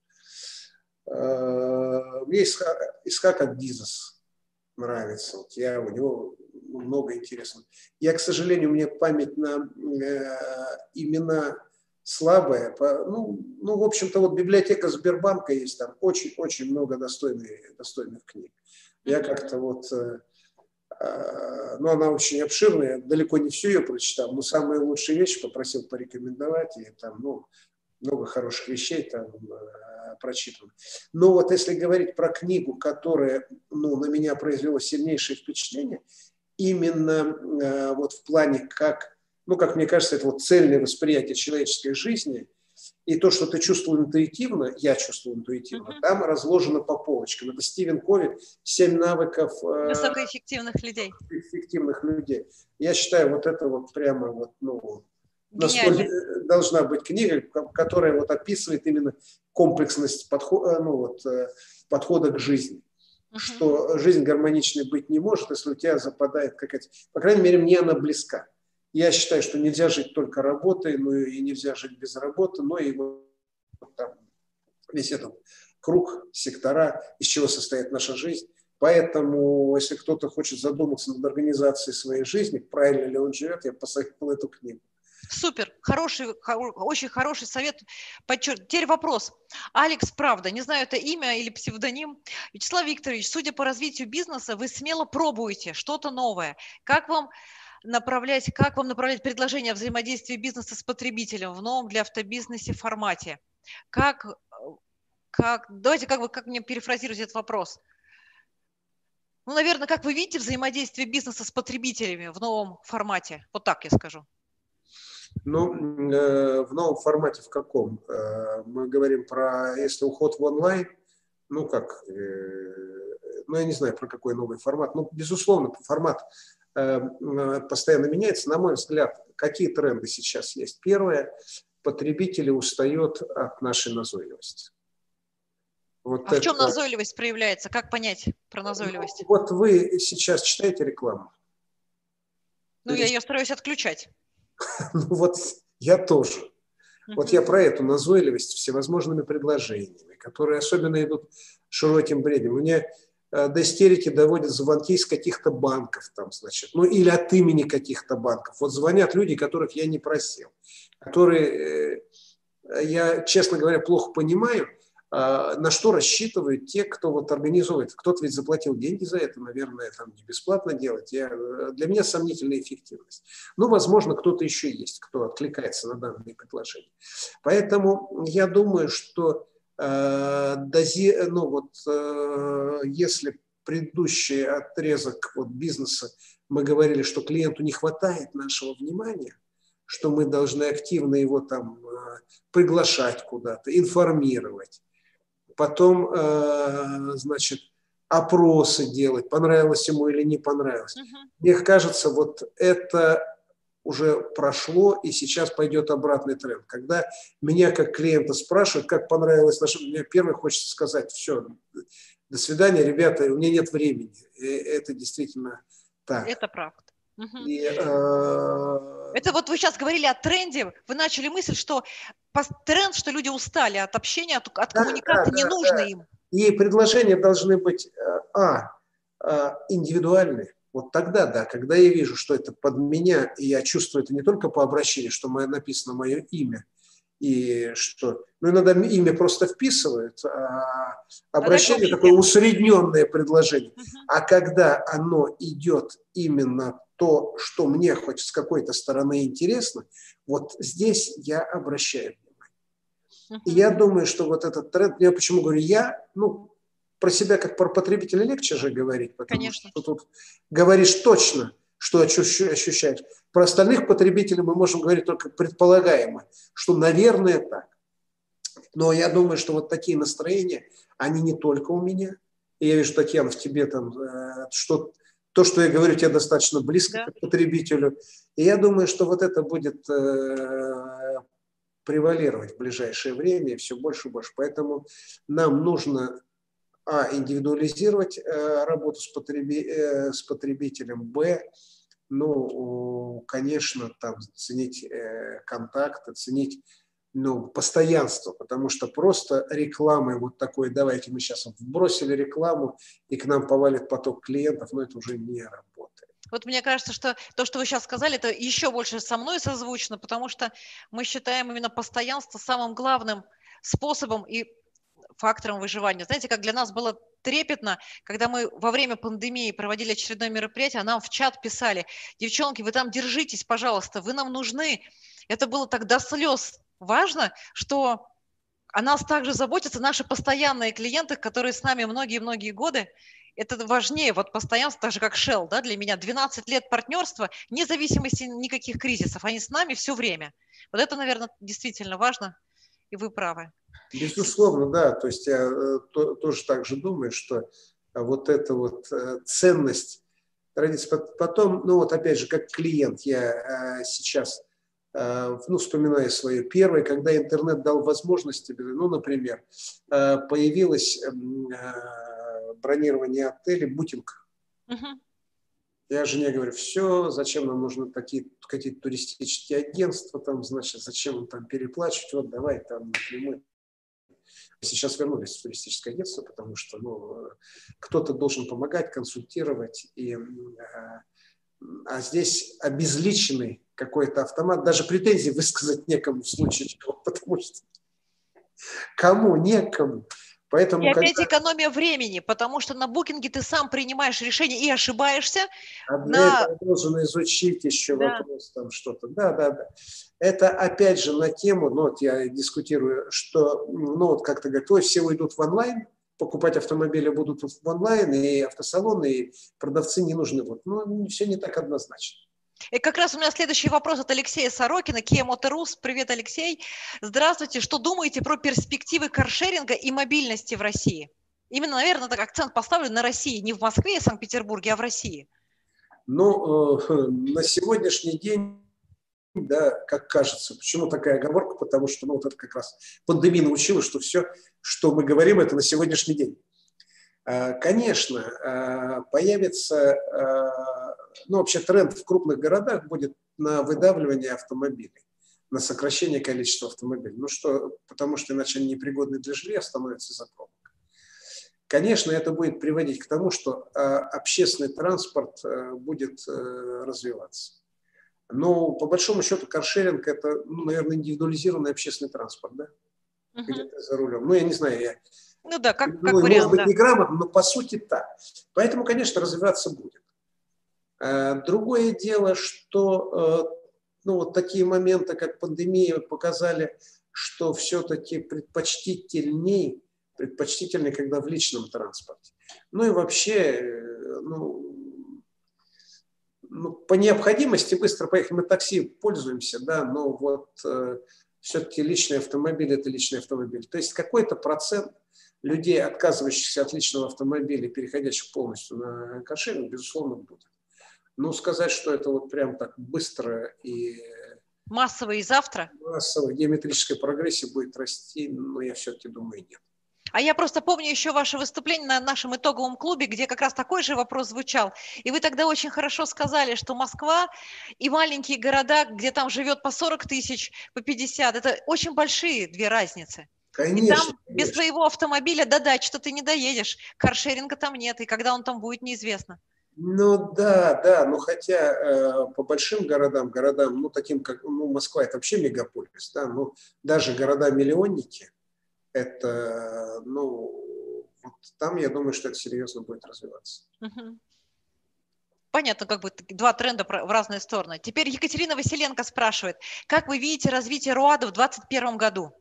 э, мне Исхак Аддизес нравится. Вот я у него много интересного. Я, к сожалению, у меня память на э, имена слабая. По, ну, ну, в общем-то, вот библиотека Сбербанка есть, там очень-очень много достойных, достойных книг. Я как-то вот, э, э, ну, она очень обширная, далеко не всю ее прочитал, но самые лучшие вещи попросил порекомендовать, и там, ну, много хороших вещей там э, прочитано. Но вот если говорить про книгу, которая, ну, на меня произвела сильнейшее впечатление, именно э, вот в плане, как, ну, как мне кажется, это вот цельное восприятие человеческой жизни, и то, что ты чувствовал интуитивно, я чувствовал интуитивно, uh-huh. там разложено по полочкам. Это Стивен Кови «Семь навыков э, высокоэффективных людей». Эффективных людей. Я считаю, вот это вот прямо вот, ну, настолько должна быть книга, которая вот описывает именно комплексность подхода, ну, вот, подхода к жизни. Uh-huh. Что жизнь гармоничной быть не может, если у тебя западает какая-то… По крайней мере, мне она близка. Я считаю, что нельзя жить только работой, но и нельзя жить без работы, но и вот там весь этот круг, сектора, из чего состоит наша жизнь. Поэтому, если кто-то хочет задуматься над организацией своей жизни, правильно ли он живет, я посоветовал эту книгу. Супер, хороший, очень хороший совет. Теперь вопрос. Алекс, правда, не знаю, это имя или псевдоним. Вячеслав Викторович, судя по развитию бизнеса, вы смело пробуете что-то новое. Как вам направлять, как вам направлять предложение о взаимодействии бизнеса с потребителем в новом для автобизнеса формате? Как, как, давайте как, вы, как мне перефразировать этот вопрос? Ну, наверное, как вы видите взаимодействие бизнеса с потребителями в новом формате? Вот так я скажу. Ну, э, в новом формате в каком? Э, мы говорим про, если уход в онлайн, ну как, э, ну я не знаю, про какой новый формат. Ну, безусловно, формат э, постоянно меняется. На мой взгляд, какие тренды сейчас есть? Первое, потребители устают от нашей назойливости. Вот а это... в чем назойливость проявляется? Как понять про назойливость? Ну, вот вы сейчас читаете рекламу? Ну, я ее стараюсь отключать. Ну вот я тоже. Uh-huh. Вот я про эту назойливость всевозможными предложениями, которые особенно идут широким бредом. Мне э, до истерики доводят звонки из каких-то банков, там, значит, ну или от имени каких-то банков. Вот звонят люди, которых я не просил, которые, э, я, честно говоря, плохо понимаю, э, на что рассчитывают те, кто вот организует. Кто-то ведь заплатил деньги за это, наверное, там не бесплатно делать. Я, для меня сомнительная эффективность. Ну, возможно, кто-то еще есть, кто откликается на данные предложения. Поэтому я думаю, что э, дози, ну, вот, э, если предыдущий отрезок вот, бизнеса мы говорили, что клиенту не хватает нашего внимания, что мы должны активно его там э, приглашать куда-то, информировать, потом, э, значит, опросы делать, понравилось ему или не понравилось. Uh-huh. Мне кажется, вот это уже прошло, и сейчас пойдет обратный тренд. Когда меня как клиента спрашивают, как понравилось наше... Мне первое хочется сказать, все, до свидания, ребята, у меня нет времени. И это действительно так. Это правда. Uh-huh. И, э... Это вот вы сейчас говорили о тренде, вы начали мысль, что тренд, что люди устали от общения, от, от да, коммуникации, да, не да, нужно да. им. И предложения должны быть, а, индивидуальные. Вот тогда, да, когда я вижу, что это под меня, и я чувствую это не только по обращению, что написано мое имя, и что, ну, иногда имя просто вписывают, а обращение а такое усредненное предложение. Угу. А когда оно идет именно то, что мне хоть с какой-то стороны интересно, вот здесь я обращаю внимание. И я думаю, что вот этот тренд, я почему говорю, я, ну, про себя как про потребителя легче же говорить, потому Конечно. что тут говоришь точно, что ощущаешь. Про остальных потребителей мы можем говорить только предполагаемо, что, наверное, так. Но я думаю, что вот такие настроения, они не только у меня. И я вижу, Татьяна, в тебе там, что то, что я говорю, тебе достаточно близко да. к потребителю. И я думаю, что вот это будет э, превалировать в ближайшее время и все больше и больше. Поэтому нам нужно а, индивидуализировать э, работу с, потреби, э, с потребителем, б, ну, конечно, там ценить э, контакт, ценить ну, постоянство, потому что просто рекламой вот такой, давайте мы сейчас вбросили рекламу, и к нам повалит поток клиентов, но это уже не работает. Вот мне кажется, что то, что вы сейчас сказали, это еще больше со мной созвучно, потому что мы считаем именно постоянство самым главным способом и фактором выживания. Знаете, как для нас было трепетно, когда мы во время пандемии проводили очередное мероприятие, а нам в чат писали: девчонки, вы там держитесь, пожалуйста, вы нам нужны. Это было так до слез важно, что о нас также заботятся наши постоянные клиенты, которые с нами многие-многие годы. Это важнее, вот постоянство, так же как Shell, да, для меня двенадцать лет партнерства, вне зависимости никаких кризисов, они с нами все время. Вот это, наверное, действительно важно, и вы правы. Безусловно, да, то есть я то, тоже так же думаю, что вот эта вот ценность традиции, потом, ну вот опять же, как клиент, я сейчас ну, вспоминаю свое первое, когда интернет дал возможности, ну, например, появилось бронирование отелей, букинг. Uh-huh. Я жене говорю, все, зачем нам нужны такие какие-то туристические агентства, там, значит, зачем им там переплачивать, вот давай там напрямую. Сейчас вернулись в туристическое агентство, потому что ну, кто-то должен помогать, консультировать, и, а здесь обезличенный какой-то автомат, даже претензий высказать некому в случае чего, потому что кому, некому. Поэтому, и опять когда... экономия времени, потому что на букинге ты сам принимаешь решение и ошибаешься. А для на... этого должен изучить еще да. вопрос, там что-то. Да, да, да. Это опять же на тему, ну вот я дискутирую, что, ну вот как-то говорят, ой, все уйдут в онлайн, покупать автомобили будут в онлайн, и автосалоны, и продавцы не нужны. Вот. Ну, все не так однозначно. И как раз у меня следующий вопрос от Алексея Сорокина, Kia Motor.Rus. Привет, Алексей. Здравствуйте. Что думаете про перспективы каршеринга и мобильности в России? Именно, наверное, так акцент поставлен на России, не в Москве и Санкт-Петербурге, а в России. Ну, на сегодняшний день, да, как кажется, почему такая оговорка? Потому что, ну, вот это как раз пандемия научила, что все, что мы говорим, это на сегодняшний день. Конечно, появится, ну, вообще тренд в крупных городах будет на выдавливание автомобилей, на сокращение количества автомобилей. Ну что, потому что иначе они непригодны для жилья, становятся из-за пробок. Конечно, это будет приводить к тому, что общественный транспорт будет развиваться. Но по большому счету каршеринг – это, ну, наверное, индивидуализированный общественный транспорт, да? Uh-huh. Где-то за рулем. Ну, я не знаю, я… Ну да, как, как ну, вариант, может быть, да. неграмотно, но по сути так. Поэтому, конечно, развиваться будет. Другое дело, что ну, вот такие моменты, как пандемия, показали, что все-таки предпочтительней, предпочтительней, когда в личном транспорте. Ну и вообще, ну, ну, по необходимости быстро поехать. Мы такси пользуемся, да, но вот э, все-таки личный автомобиль – это личный автомобиль. То есть какой-то процент людей, отказывающихся от личного автомобиля, переходящих полностью на каршеринг, безусловно, будет. Ну, сказать, что это вот прям так быстро и… Массово и завтра? Массово, геометрическая прогрессия будет расти, но я все-таки думаю, нет. А я просто помню еще ваше выступление на нашем итоговом клубе, где как раз такой же вопрос звучал. И вы тогда очень хорошо сказали, что Москва и маленькие города, где там живет по сорок тысяч, по пятьдесят, это очень большие две разницы. Конечно, и там конечно. без своего автомобиля до дачи-то ты не доедешь. Каршеринга там нет, и когда он там будет, неизвестно. Ну да, да, но хотя э, по большим городам, городам, ну таким как ну, Москва, это вообще мегаполис, да, ну даже города-миллионники, это, ну, вот там, я думаю, что это серьезно будет развиваться. Угу. Понятно, как бы два тренда в разные стороны. Теперь Екатерина Василенко спрашивает, как вы видите развитие РУАДа в двадцать первом году?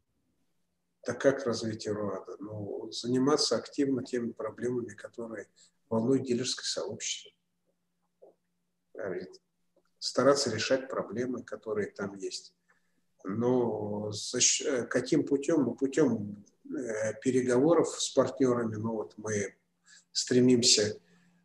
Так как развитие РУАДа? Ну, заниматься активно теми проблемами, которые волнуют дилерское сообщество. Стараться решать проблемы, которые там есть. Но каким путем? Ну, путем переговоров с партнерами. Ну, вот мы стремимся,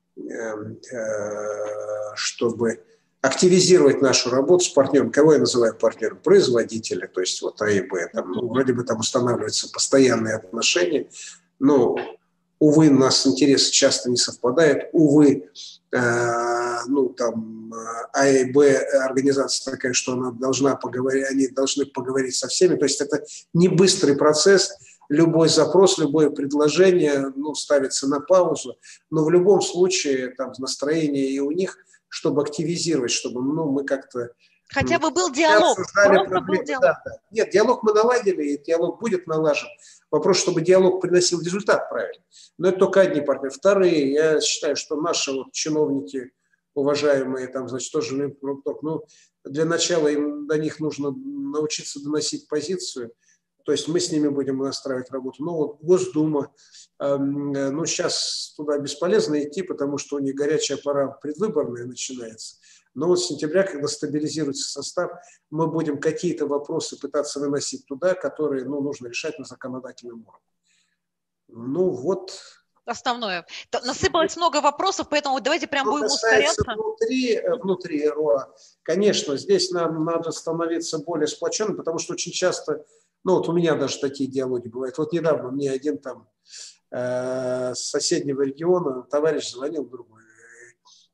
чтобы активизировать нашу работу с партнером. Кого я называю партнером? Производителя, то есть вот А и Б. Там, ну, вроде бы там устанавливаются постоянные отношения, но, увы, у нас интересы часто не совпадают. Увы, э, ну, там А и Б организация такая, что она должна поговорить, они должны поговорить со всеми. То есть это не быстрый процесс. Любой запрос, любое предложение, ну, ставится на паузу. Но в любом случае там настроение и у них, чтобы активизировать, чтобы ну, мы как-то… Хотя бы был диалог. Просто был диалог. Да, да. Нет, диалог мы наладили, и диалог будет налажен. Вопрос, чтобы диалог приносил результат правильно. Но это только одни партнеры. Вторые, я считаю, что наши вот чиновники, уважаемые, там, значит, тоже, ну, для начала им до них нужно научиться доносить позицию. То есть мы с ними будем настраивать работу. Ну вот Госдума, э, ну сейчас туда бесполезно идти, потому что у них горячая пора предвыборная начинается. Но вот с сентября, когда стабилизируется состав, мы будем какие-то вопросы пытаться выносить туда, которые ну, нужно решать на законодательном уровне. Ну вот. Основное. Насыпалось много вопросов, поэтому давайте прям будем ускоряться. Внутри, внутри РУА, конечно, здесь нам надо становиться более сплоченным, потому что очень часто… Ну, вот у меня даже такие диалоги бывают. Вот недавно мне один там э, с соседнего региона товарищ звонил другой.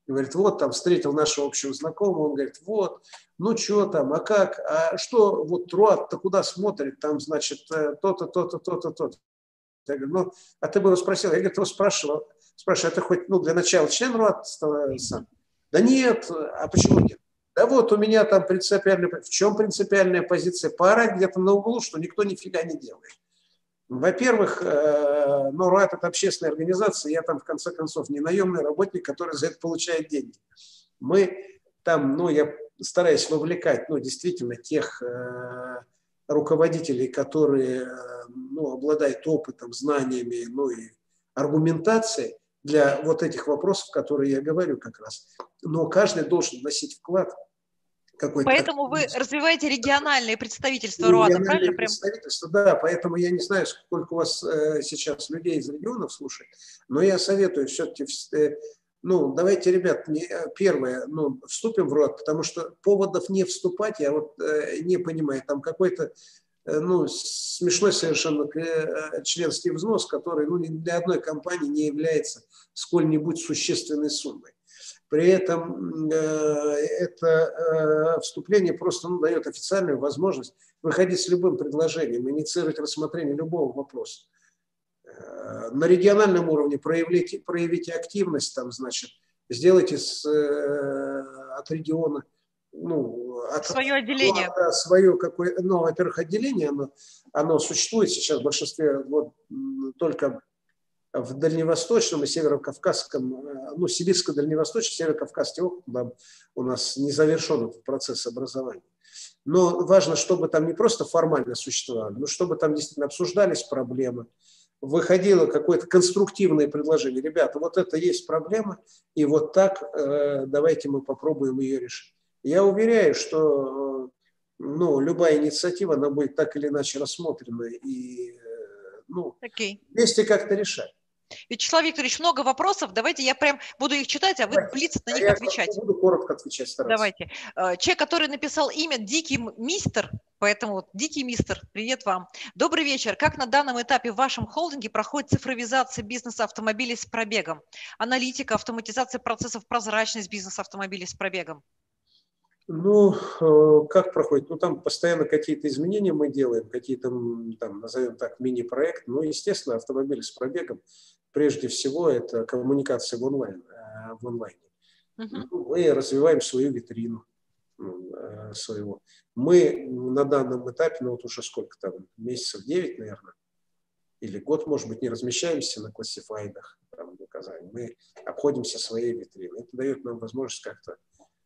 Говорит, вот там встретил нашего общего знакомого, он говорит, вот, ну что там, а как, а что, вот Руат-то куда смотрит, там, значит, то-то, то-то, то-то, то-то. Я говорю, ну, а ты бы его спросил, я, говорит, его спрашивал, спрашиваю, а ты хоть, ну, для начала член Руат сам? Да нет, а почему нет? Да вот у меня там принципиальная, в чем принципиальная позиция? Поорать где-то на углу, что никто нифига не делает. Во-первых, ну, РУАТ – это общественная организация, я там, в конце концов, не наемный работник, который за это получает деньги. Мы там, ну, я стараюсь вовлекать, ну, действительно, тех э, руководителей, которые, ну, обладают опытом, знаниями, ну, и аргументацией для вот этих вопросов, которые я говорю как раз. Но каждый должен вносить вклад. Поэтому вы развиваете региональные представительства РУАТа, правильно? Региональные представительства, да, поэтому я не знаю, сколько у вас э, сейчас людей из регионов слушает, но я советую все-таки, э, ну, давайте, ребят, не, первое, ну, вступим в РУАТ, потому что поводов не вступать, я вот э, не понимаю, там какой-то, э, ну, смешной совершенно э, членский взнос, который, ну, для одной компании не является сколь-нибудь существенной суммой. При этом э, это э, вступление просто, ну, дает официальную возможность выходить с любым предложением, инициировать рассмотрение любого вопроса. Э, на региональном уровне проявите, проявите активность, там, значит, сделайте с, э, от региона, ну, от, свое отделение. Ну, свое какое, ну, во-первых, отделение, оно, оно существует сейчас в большинстве, вот, только в Дальневосточном и Северо-Кавказском, ну, Сибирско-Дальневосточный, Северо-Кавказский округ, там у нас не завершен этот процесс образования. Но важно, чтобы там не просто формально существовали, но чтобы там действительно обсуждались проблемы, выходило какое-то конструктивное предложение. Ребята, вот это есть проблема, и вот так э, давайте мы попробуем ее решить. Я уверяю, что ну, любая инициатива, она будет так или иначе рассмотрена и э, ну, okay. вместе как-то решать. Вячеслав Викторович, много вопросов. Давайте я прям буду их читать, а вы блиц на них я отвечать. Буду коротко отвечать, стараться. Давайте. Человек, который написал имя Дикий Мистер, поэтому вот Дикий Мистер, привет вам. Добрый вечер. Как на данном этапе в вашем холдинге проходит цифровизация бизнеса автомобилей с пробегом? Аналитика, автоматизация процессов, прозрачность бизнеса автомобилей с пробегом? Ну, как проходит? Ну, там постоянно какие-то изменения мы делаем, какие-то, там, назовем так, мини-проект. Ну, естественно, автомобили с пробегом, прежде всего, это коммуникация в онлайн, в онлайне. Uh-huh. Мы развиваем свою витрину своего. Мы на данном этапе, ну, вот уже сколько там, месяцев девять, наверное, или год, может быть, не размещаемся на классифайдах, там, в Казани. Мы обходимся своей витриной. Это дает нам возможность как-то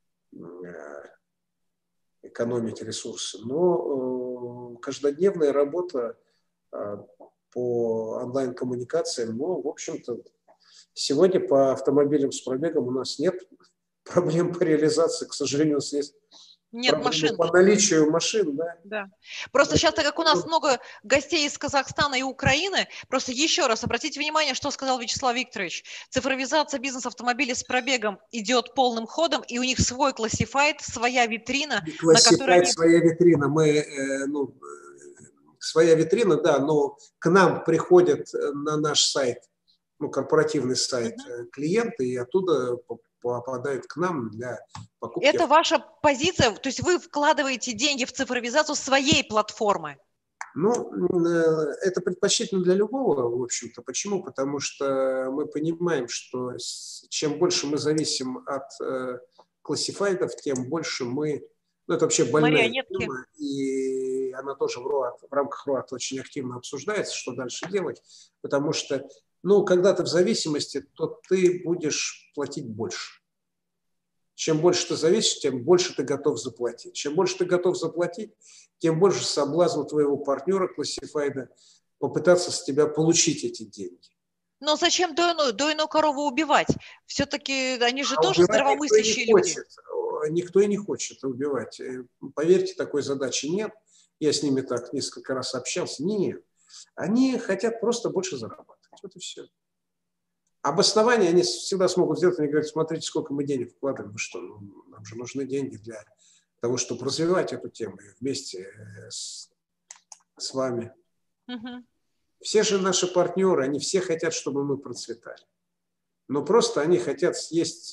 экономить ресурсы. Но э, каждодневная работа э, по онлайн-коммуникациям, ну, в общем-то, сегодня по автомобилям с пробегом у нас нет проблем по реализации, к сожалению, у нас есть нет машин. По наличию машин, да. Да. Просто да. Сейчас, так как у нас много гостей из Казахстана и Украины, просто еще раз обратите внимание, что сказал Вячеслав Викторович. Цифровизация бизнеса автомобилей с пробегом идет полным ходом, и у них свой классифайд, своя витрина. Классифайд, они... своя витрина. Мы, э, ну, своя витрина, да, но к нам приходят на наш сайт, ну, корпоративный сайт uh-huh. клиенты, и оттуда попадают к нам для покупки. Это ваша позиция, то есть вы вкладываете деньги в цифровизацию своей платформы? Ну, это предпочтительно для любого, в общем-то. Почему? Потому что мы понимаем, что чем больше мы зависим от классифайдов, тем больше мы... Ну, это вообще больная тема, и она тоже в, РУАТ, в рамках РУАТ очень активно обсуждается, что дальше делать, потому что ну, когда ты в зависимости, то ты будешь платить больше. Чем больше ты зависишь, тем больше ты готов заплатить. Чем больше ты готов заплатить, тем больше соблазн твоего партнера классифайда попытаться с тебя получить эти деньги. Но зачем дойную, дойную корову убивать? Все-таки они же а тоже здравомыслящие люди. Хочет. Никто и не хочет убивать. Поверьте, такой задачи нет. Я с ними так несколько раз общался. Нет. Они хотят просто больше зарабатывать. Вот и все. Обоснование они всегда смогут сделать. Они говорят, смотрите, сколько мы денег вкладываем. Вы что, ну, нам же нужны деньги для того, чтобы развивать эту тему и вместе с, с вами. Угу. Все же наши партнеры, они все хотят, чтобы мы процветали. Но просто они хотят съесть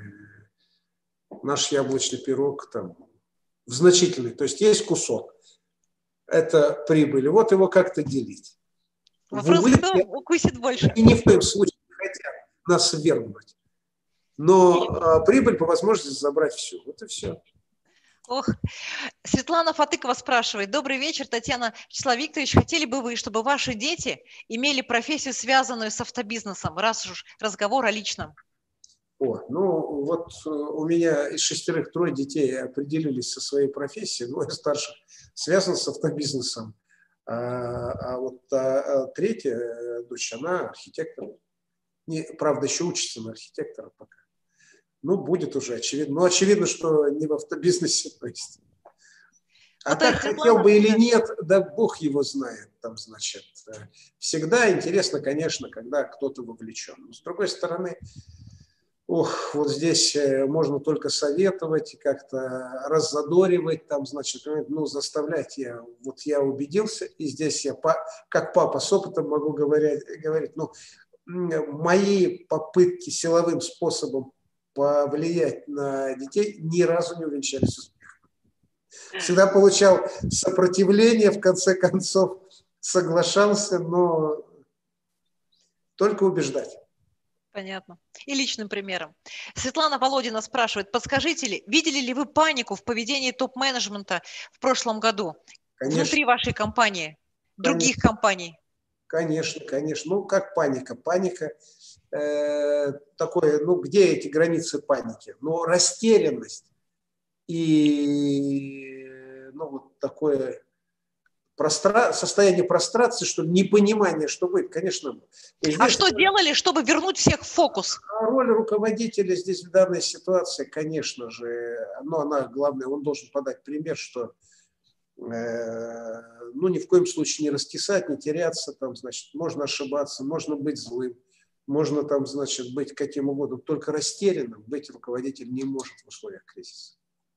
наш яблочный пирог там в значительный. То есть есть кусок. Это прибыль. Вот его как-то делить. Вопрос, В кто улыбке укусит больше. они ни в коем случае не хотят нас свергнуть. Но а, прибыль по возможности забрать все. Вот и все. Ох. Светлана Фатыкова спрашивает. Добрый вечер, Татьяна Вячеслав Викторович. Хотели бы вы, чтобы ваши дети имели профессию, связанную с автобизнесом, раз уж разговор о личном? О, ну вот у меня из шестерых трое детей определились со своей профессией. Двое старших связаны с автобизнесом. А, а вот а, а третья дочь, она архитектор. Не, правда, еще учится на архитектора пока. Ну, будет уже очевидно. Но очевидно, что не в автобизнесе. То есть. А ну, так хотел Светлана, бы или да. нет, да бог его знает. Там, значит, всегда интересно, конечно, когда кто-то вовлечен. Но с другой стороны, ох, вот здесь можно только советовать, как-то раззадоривать, там, значит, ну, заставлять. Я, вот я убедился, и здесь я, как папа с опытом могу говорить, говорить ну, мои попытки силовым способом повлиять на детей ни разу не увенчались успехом. Всегда получал сопротивление, в конце концов соглашался, но только убеждать. Понятно. И личным примером. Светлана Володина спрашивает, подскажите ли, видели ли вы панику в поведении топ-менеджмента в прошлом году? Конечно. Внутри вашей компании, других конечно. компаний? Конечно, конечно. Ну, как паника? Паника э, такое, ну, где эти границы паники? Ну, растерянность и, ну, вот такое простра... состояние прострации, что ли, непонимание, что будет, конечно. Здесь... А что делали, чтобы вернуть всех в фокус? Роль руководителя здесь в данной ситуации, конечно же, но она, главное, он должен подать пример, что э, ну, ни в коем случае не раскисать, не теряться, там, значит, можно ошибаться, можно быть злым, можно там, значит, быть каким угодно, только растерянным быть руководителем не может в условиях кризиса.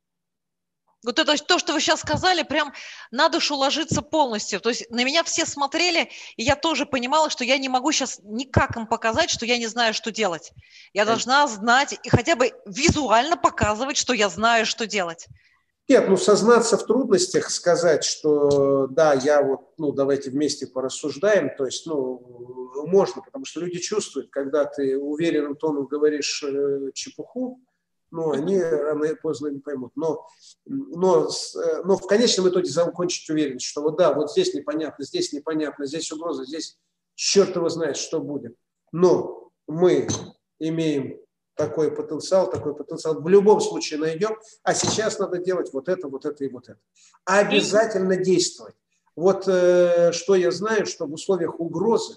Вот это то, что вы сейчас сказали, прям на душу ложится полностью. То есть на меня все смотрели, и я тоже понимала, что я не могу сейчас никак им показать, что я не знаю, что делать. Я должна знать и хотя бы визуально показывать, что я знаю, что делать. Нет, ну сознаться в трудностях, сказать, что да, я вот, ну давайте вместе порассуждаем, то есть, ну, можно, потому что люди чувствуют, когда ты уверенным тоном говоришь э, чепуху, ну, они рано или поздно не поймут. Но, но, но в конечном итоге закончить уверенность, что вот да, вот здесь непонятно, здесь непонятно, здесь угроза, здесь черт его знает, что будет. Но мы имеем такой потенциал, такой потенциал в любом случае найдем, а сейчас надо делать вот это, вот это и вот это. Обязательно действовать. Вот э, что я знаю, что в условиях угрозы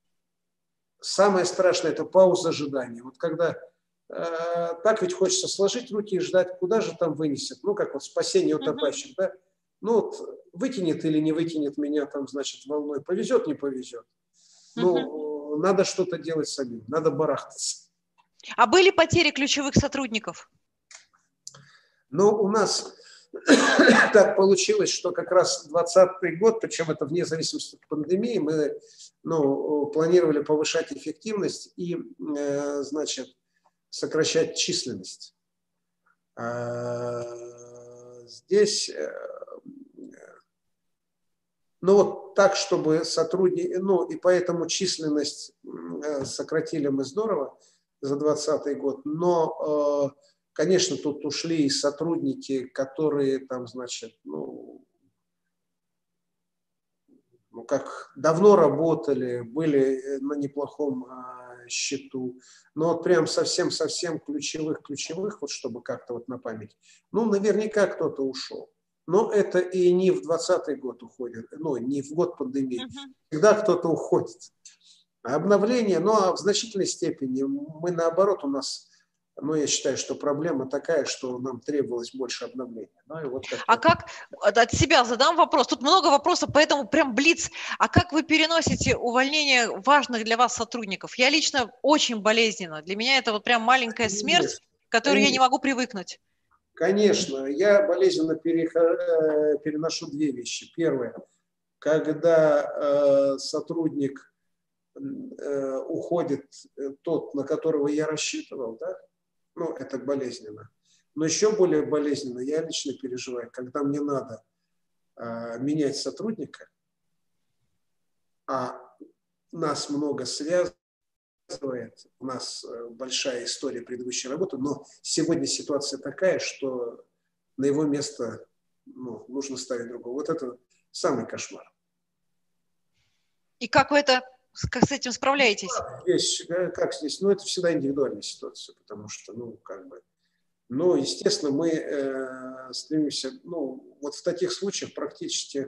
самое страшное – это пауза ожидания. Вот когда э, так ведь хочется сложить руки и ждать, куда же там вынесет. Ну, как вот спасение утопающих, uh-huh. да? Ну, вот вытянет или не вытянет меня там, значит, волной. Повезет, не повезет. Ну, uh-huh. надо что-то делать самим, надо барахтаться. А были потери ключевых сотрудников? Ну, у нас так получилось, что как раз двадцатый год, причем это вне зависимости от пандемии, мы ну, планировали повышать эффективность и, э, значит, сокращать численность. А здесь, э, ну вот так, чтобы сотрудники, ну и поэтому численность сократили мы здорово за двадцатый год, но, конечно, тут ушли и сотрудники, которые там, значит, ну, ну как давно работали, были на неплохом а, счету, но вот прям совсем-совсем ключевых-ключевых, вот чтобы как-то вот на память, ну, наверняка кто-то ушел. Но это и не в двадцатый год уходит, ну, не в год пандемии, всегда кто-то уходит. Обновление, но в значительной степени мы наоборот, у нас, ну, я считаю, что проблема такая, что нам требовалось больше обновления. Ну, и вот а как, от себя задам вопрос, тут много вопросов, поэтому прям блиц. А как вы переносите увольнение важных для вас сотрудников? Я лично очень болезненно. Для меня это вот прям маленькая смерть, к которой Конечно. я не могу привыкнуть. Конечно, я болезненно переношу две вещи. Первое, когда э, сотрудник э, уходит тот, на которого я рассчитывал, да, ну, это болезненно. Но еще более болезненно я лично переживаю, когда мне надо э, менять сотрудника, а нас много связывает, у нас большая история предыдущей работы, но сегодня ситуация такая, что на его место, ну, нужно ставить другого. Вот это самый кошмар. И как вы это, как с этим справляетесь? Здесь, как здесь? Ну, это всегда индивидуальная ситуация, потому что, ну, как бы, ну, естественно, мы э, стремимся, ну, вот в таких случаях практически,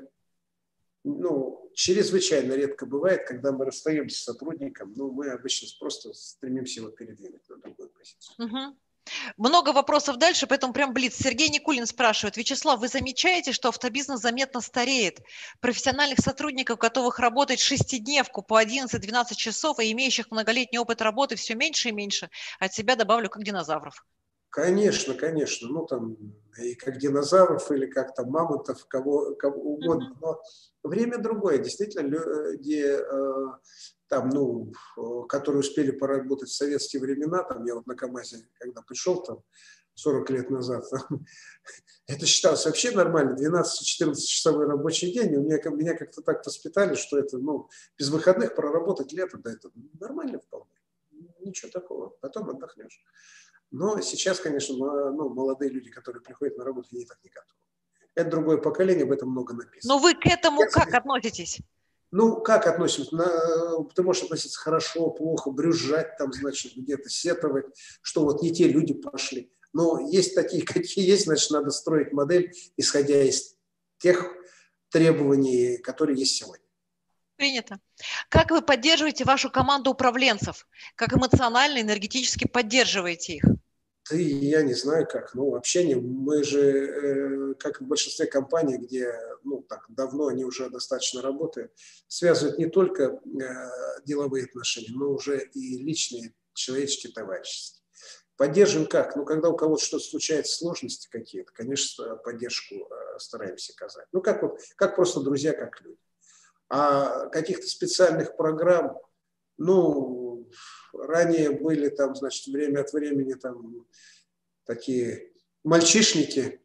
ну, чрезвычайно редко бывает, когда мы расстаемся с сотрудником, ну, мы обычно просто стремимся его передвинуть на другую позицию. Угу. Много вопросов дальше, поэтому прям блиц. Сергей Никулин спрашивает. Вячеслав, вы замечаете, что автобизнес заметно стареет? Профессиональных сотрудников, готовых работать шестидневку по одиннадцать-двенадцать часов и имеющих многолетний опыт работы все меньше и меньше. От себя добавлю, как динозавров. Конечно, конечно. Ну, там, и как динозавров, или как там мамонтов, кого, кого угодно. Mm-hmm. Но время другое. Действительно, люди, э, там, ну, которые успели поработать в советские времена, там, я вот на КамАЗе, когда пришел, там, сорок лет назад, там, это считалось вообще нормально, двенадцать-четырнадцать-часовой рабочий день. У меня, меня как-то так воспитали, что это, ну, без выходных проработать лето, да, это нормально вполне. Ничего такого. Потом отдохнешь. Но сейчас, конечно, ну, молодые люди, которые приходят на работу, они так не готовы. Это другое поколение, об этом много написано. Но вы к этому Я как себе... относитесь? Ну, как относимся? На... Ты можешь относиться хорошо, плохо, брюзжать, там, значит, где-то сетовать, что вот не те люди пошли. Но есть такие, какие есть, значит, надо строить модель, исходя из тех требований, которые есть сегодня. Принято. Как вы поддерживаете вашу команду управленцев? Как эмоционально, энергетически поддерживаете их? Да я не знаю как. Ну, общение. Мы же, э, как и в большинстве компаний, где, ну, так давно они уже достаточно работают, связывают не только э, деловые отношения, но уже и личные, человеческие, товарищеские. Поддерживаем как? Ну, когда у кого-то что-то случается, сложности какие-то, конечно, поддержку э, стараемся оказать. Ну, как вот, как просто друзья, как люди. А каких-то специальных программ, ну, ранее были там, значит, время от времени там такие мальчишники,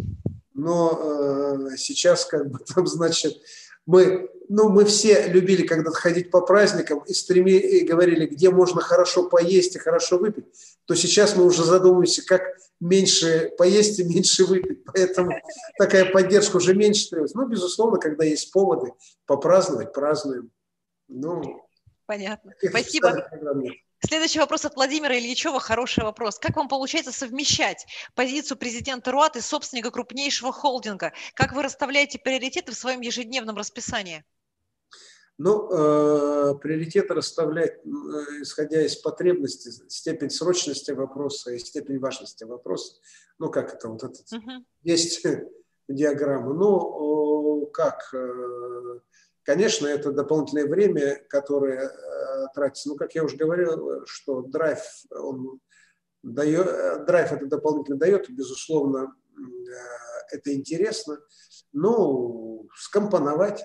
но э, сейчас как бы там, значит, мы, ну, мы все любили когда-то ходить по праздникам и, стреми, и говорили, где можно хорошо поесть и хорошо выпить, то сейчас мы уже задумываемся, как меньше поесть и меньше выпить. Поэтому такая поддержка уже меньше требуется. Ну, безусловно, когда есть поводы попраздновать, празднуем. Ну, понятно. Спасибо. Нет. Следующий вопрос от Владимира Ильичева. Хороший вопрос. Как вам получается совмещать позицию президента РУАТ и собственника крупнейшего холдинга? Как вы расставляете приоритеты в своем ежедневном расписании? Ну, э, приоритеты расставлять, э, исходя из потребности, степень срочности вопроса и степень важности вопроса. Ну, как это вот этот, uh-huh. есть диаграмма. Ну, как, э, конечно, это дополнительное время, которое э, тратится. Ну, как я уже говорил, что драйв, он дает, драйв это дополнительно дает, безусловно, э, это интересно. Ну, скомпоновать.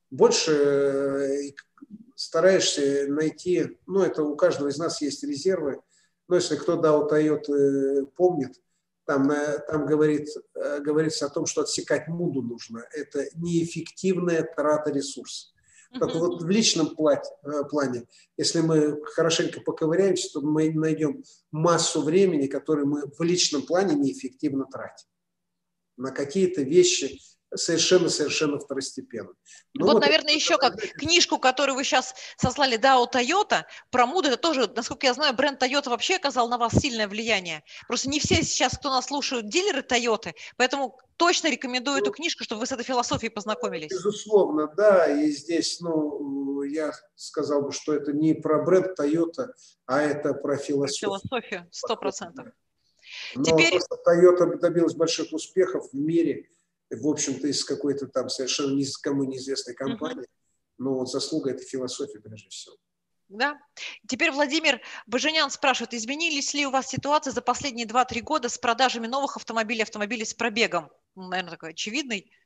Больше стараешься найти, ну, это у каждого из нас есть резервы, но если кто Дао Тойоты помнит, там, там говорит, говорится о том, что отсекать муду нужно. Это неэффективная трата ресурсов. Так вот в личном плане, если мы хорошенько поковыряемся, то мы найдем массу времени, которое мы в личном плане неэффективно тратим на какие-то вещи, совершенно-совершенно второстепенно. Ну, вот, вот, наверное, еще как книжку, которую вы сейчас сослали, Дао Тойота, про муду, это тоже, насколько я знаю, бренд Тойота вообще оказал на вас сильное влияние. Просто не все сейчас, кто нас слушают, дилеры Тойоты, поэтому точно рекомендую ну, эту книжку, чтобы вы с этой философией познакомились. Безусловно, да, и здесь, ну, я сказал бы, что это не про бренд Тойота, а это про философию. Про философию, сто процентов. Но Теперь... Тойота добилась больших успехов в мире, в общем-то, из какой-то там совершенно никому неизвестной компании. Uh-huh. Но вот заслуга этой философии прежде всего. Да. Теперь Владимир Баженян спрашивает, изменились ли у вас ситуации за последние два-три года с продажами новых автомобилей, автомобилей с пробегом? Ну, наверное, такой очевидный.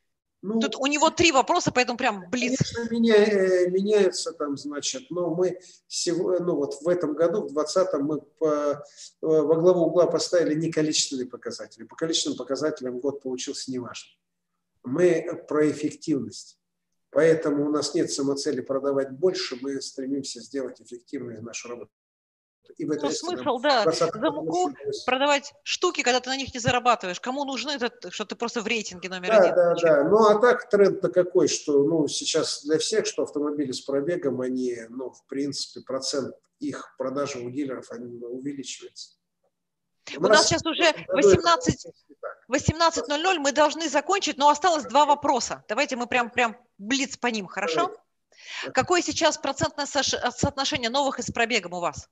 Ну, Тут у него три вопроса, поэтому прям блиц. Конечно, меня, меняются там, значит, но мы сего, ну, вот в этом году, в двадцатом, мы по, во главу угла поставили не количественные показатели. По количественным показателям год получился неважный. Мы про эффективность. Поэтому у нас нет самоцели продавать больше, мы стремимся сделать эффективной нашу работу. И в ну, смысл, да, за муку продавать штуки, когда ты на них не зарабатываешь. Кому нужны, это, что ты просто в рейтинге номер да, один. Да, да, ну а так тренд-то какой, что ну, сейчас для всех, что автомобили с пробегом, они, ну, в принципе, процент их продажи у дилеров они увеличивается. У, у нас, нас сейчас уже восемнадцать ноль ноль, мы должны закончить, но осталось два вопроса. Давайте мы прям, прям блиц по ним, хорошо? Давай. Какое сейчас процентное соотношение новых и с пробегом у вас?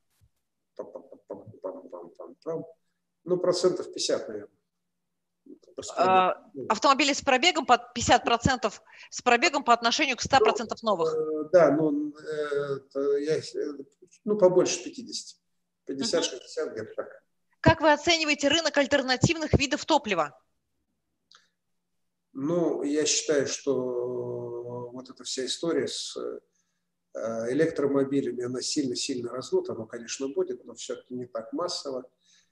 Ну, процентов пятьдесят, наверное. А, автомобили с пробегом под пятьдесят процентов с пробегом по отношению к ста процентам новых. Ну, да, ну, это, я, ну, побольше пятидесяти. пятьдесят-шестьдесят, угу. Где-то так. Как вы оцениваете рынок альтернативных видов топлива? Ну, я считаю, что вот эта вся история с электромобилями, она сильно-сильно раздута, оно, конечно, будет, но все-таки не так массово.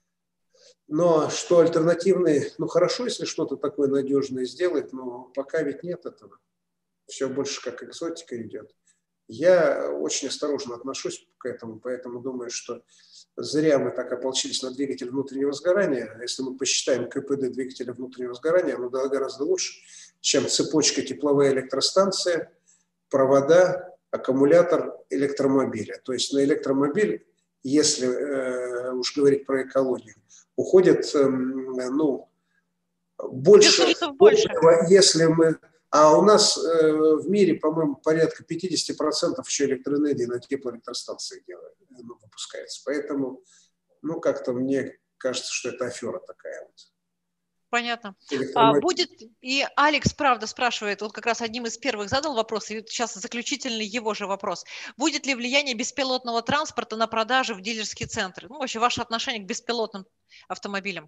Но что альтернативные, ну хорошо, если что-то такое надежное сделать, но пока ведь нет этого. Все больше как экзотика идет. Я очень осторожно отношусь к этому, поэтому думаю, что зря мы так ополчились на двигатель внутреннего сгорания. Если мы посчитаем КПД двигателя внутреннего сгорания, оно гораздо лучше, чем цепочка тепловая электростанция, провода, аккумулятор электромобиля. То есть на электромобиль, если э, уж говорить про экологию, уходит, э, ну, больше, больше, если мы... А у нас э, в мире, по-моему, порядка пятьдесят процентов еще электроэнергии на теплоэлектростанции делает, ну, выпускается. Поэтому, ну, как-то мне кажется, что это афера такая вот. Понятно. А, будет, и Алекс, правда, спрашивает, вот как раз одним из первых задал вопрос, и сейчас заключительный его же вопрос. Будет ли влияние беспилотного транспорта на продажи в дилерские центры? Ну, вообще, ваше отношение к беспилотным автомобилям?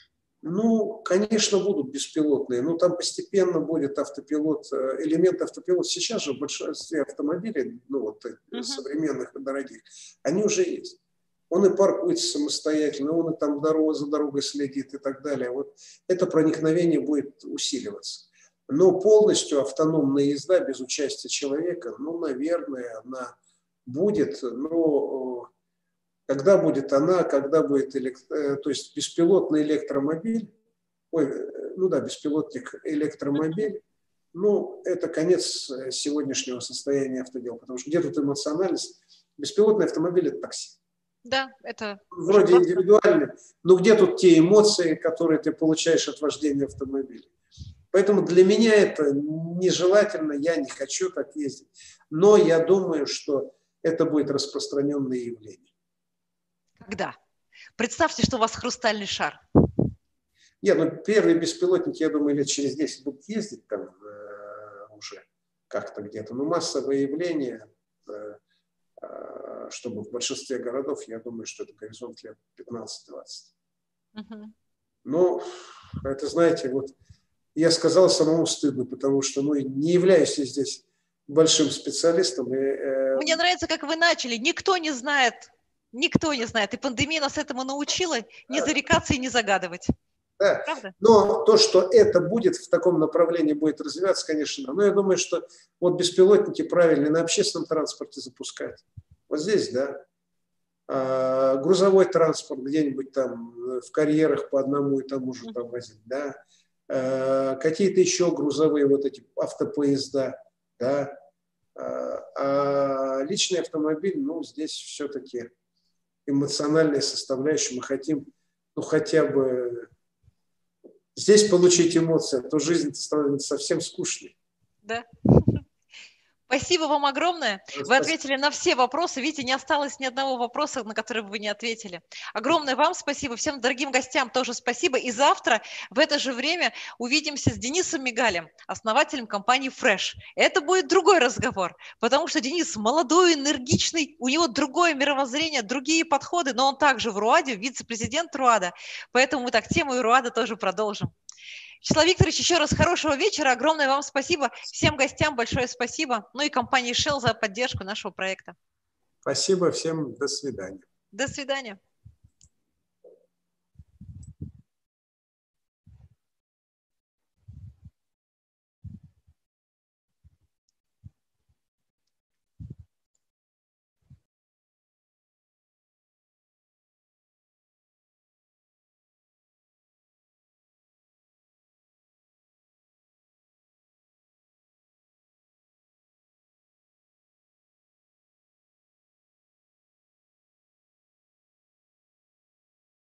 Ну, конечно, будут беспилотные, но там постепенно будет автопилот, элемент автопилота. Сейчас же в большинстве автомобилей, ну вот uh-huh. современных и дорогих, они уже есть. Он и паркуется самостоятельно, он и там дорога за дорогой следит и так далее. Вот это проникновение будет усиливаться. Но полностью автономная езда без участия человека, ну, наверное, она будет, но когда будет она, когда будет электро... то есть беспилотный электромобиль, ой, ну да, беспилотник электромобиль, ну, это конец сегодняшнего состояния автодела, потому что где тут эмоциональность? Беспилотный автомобиль – это такси. Да, это вроде индивидуальный, но где тут те эмоции, которые ты получаешь от вождения автомобиля? Поэтому для меня это нежелательно, я не хочу так ездить. Но я думаю, что это будет распространенное явление. Когда? Представьте, что у вас хрустальный шар. Нет, ну первые беспилотники, я думаю, лет через десять будут ездить там э, уже как-то где-то. Но массовое явление... Э, чтобы в большинстве городов, я думаю, что это горизонт лет пятнадцать-двадцать. Uh-huh. Но это, знаете, вот я сказал, самому стыдно, потому что, ну, не являюсь я здесь большим специалистом. И, э... Мне нравится, как вы начали. Никто не знает, никто не знает. И пандемия нас этому научила не зарекаться и не загадывать. Да. Правда? Но то, что это будет в таком направлении, будет развиваться, конечно. Но я думаю, что вот беспилотники правильно на общественном транспорте запускать. Вот здесь, да. А, грузовой транспорт где-нибудь там в карьерах по одному и тому же там возить, да. А, какие-то еще грузовые вот эти автопоезда, да. А, а личный автомобиль, ну, здесь все-таки эмоциональная составляющая. Мы хотим, ну, хотя бы здесь получить эмоции, а то жизнь становится совсем скучной. Да. Спасибо вам огромное. Спасибо. Вы ответили на все вопросы. Видите, не осталось ни одного вопроса, на который вы не ответили. Огромное вам спасибо. Всем дорогим гостям тоже спасибо. И завтра в это же время увидимся с Денисом Мигалем, основателем компании Fresh. Это будет другой разговор, потому что Денис молодой, энергичный, у него другое мировоззрение, другие подходы, но он также в РУАДе, вице-президент РУАДа. Поэтому мы так тему и РУАДа тоже продолжим. Вячеслав Викторович, еще раз хорошего вечера, огромное вам спасибо. Всем гостям большое спасибо. Ну и компании Shell за поддержку нашего проекта. Спасибо всем, до свидания. До свидания.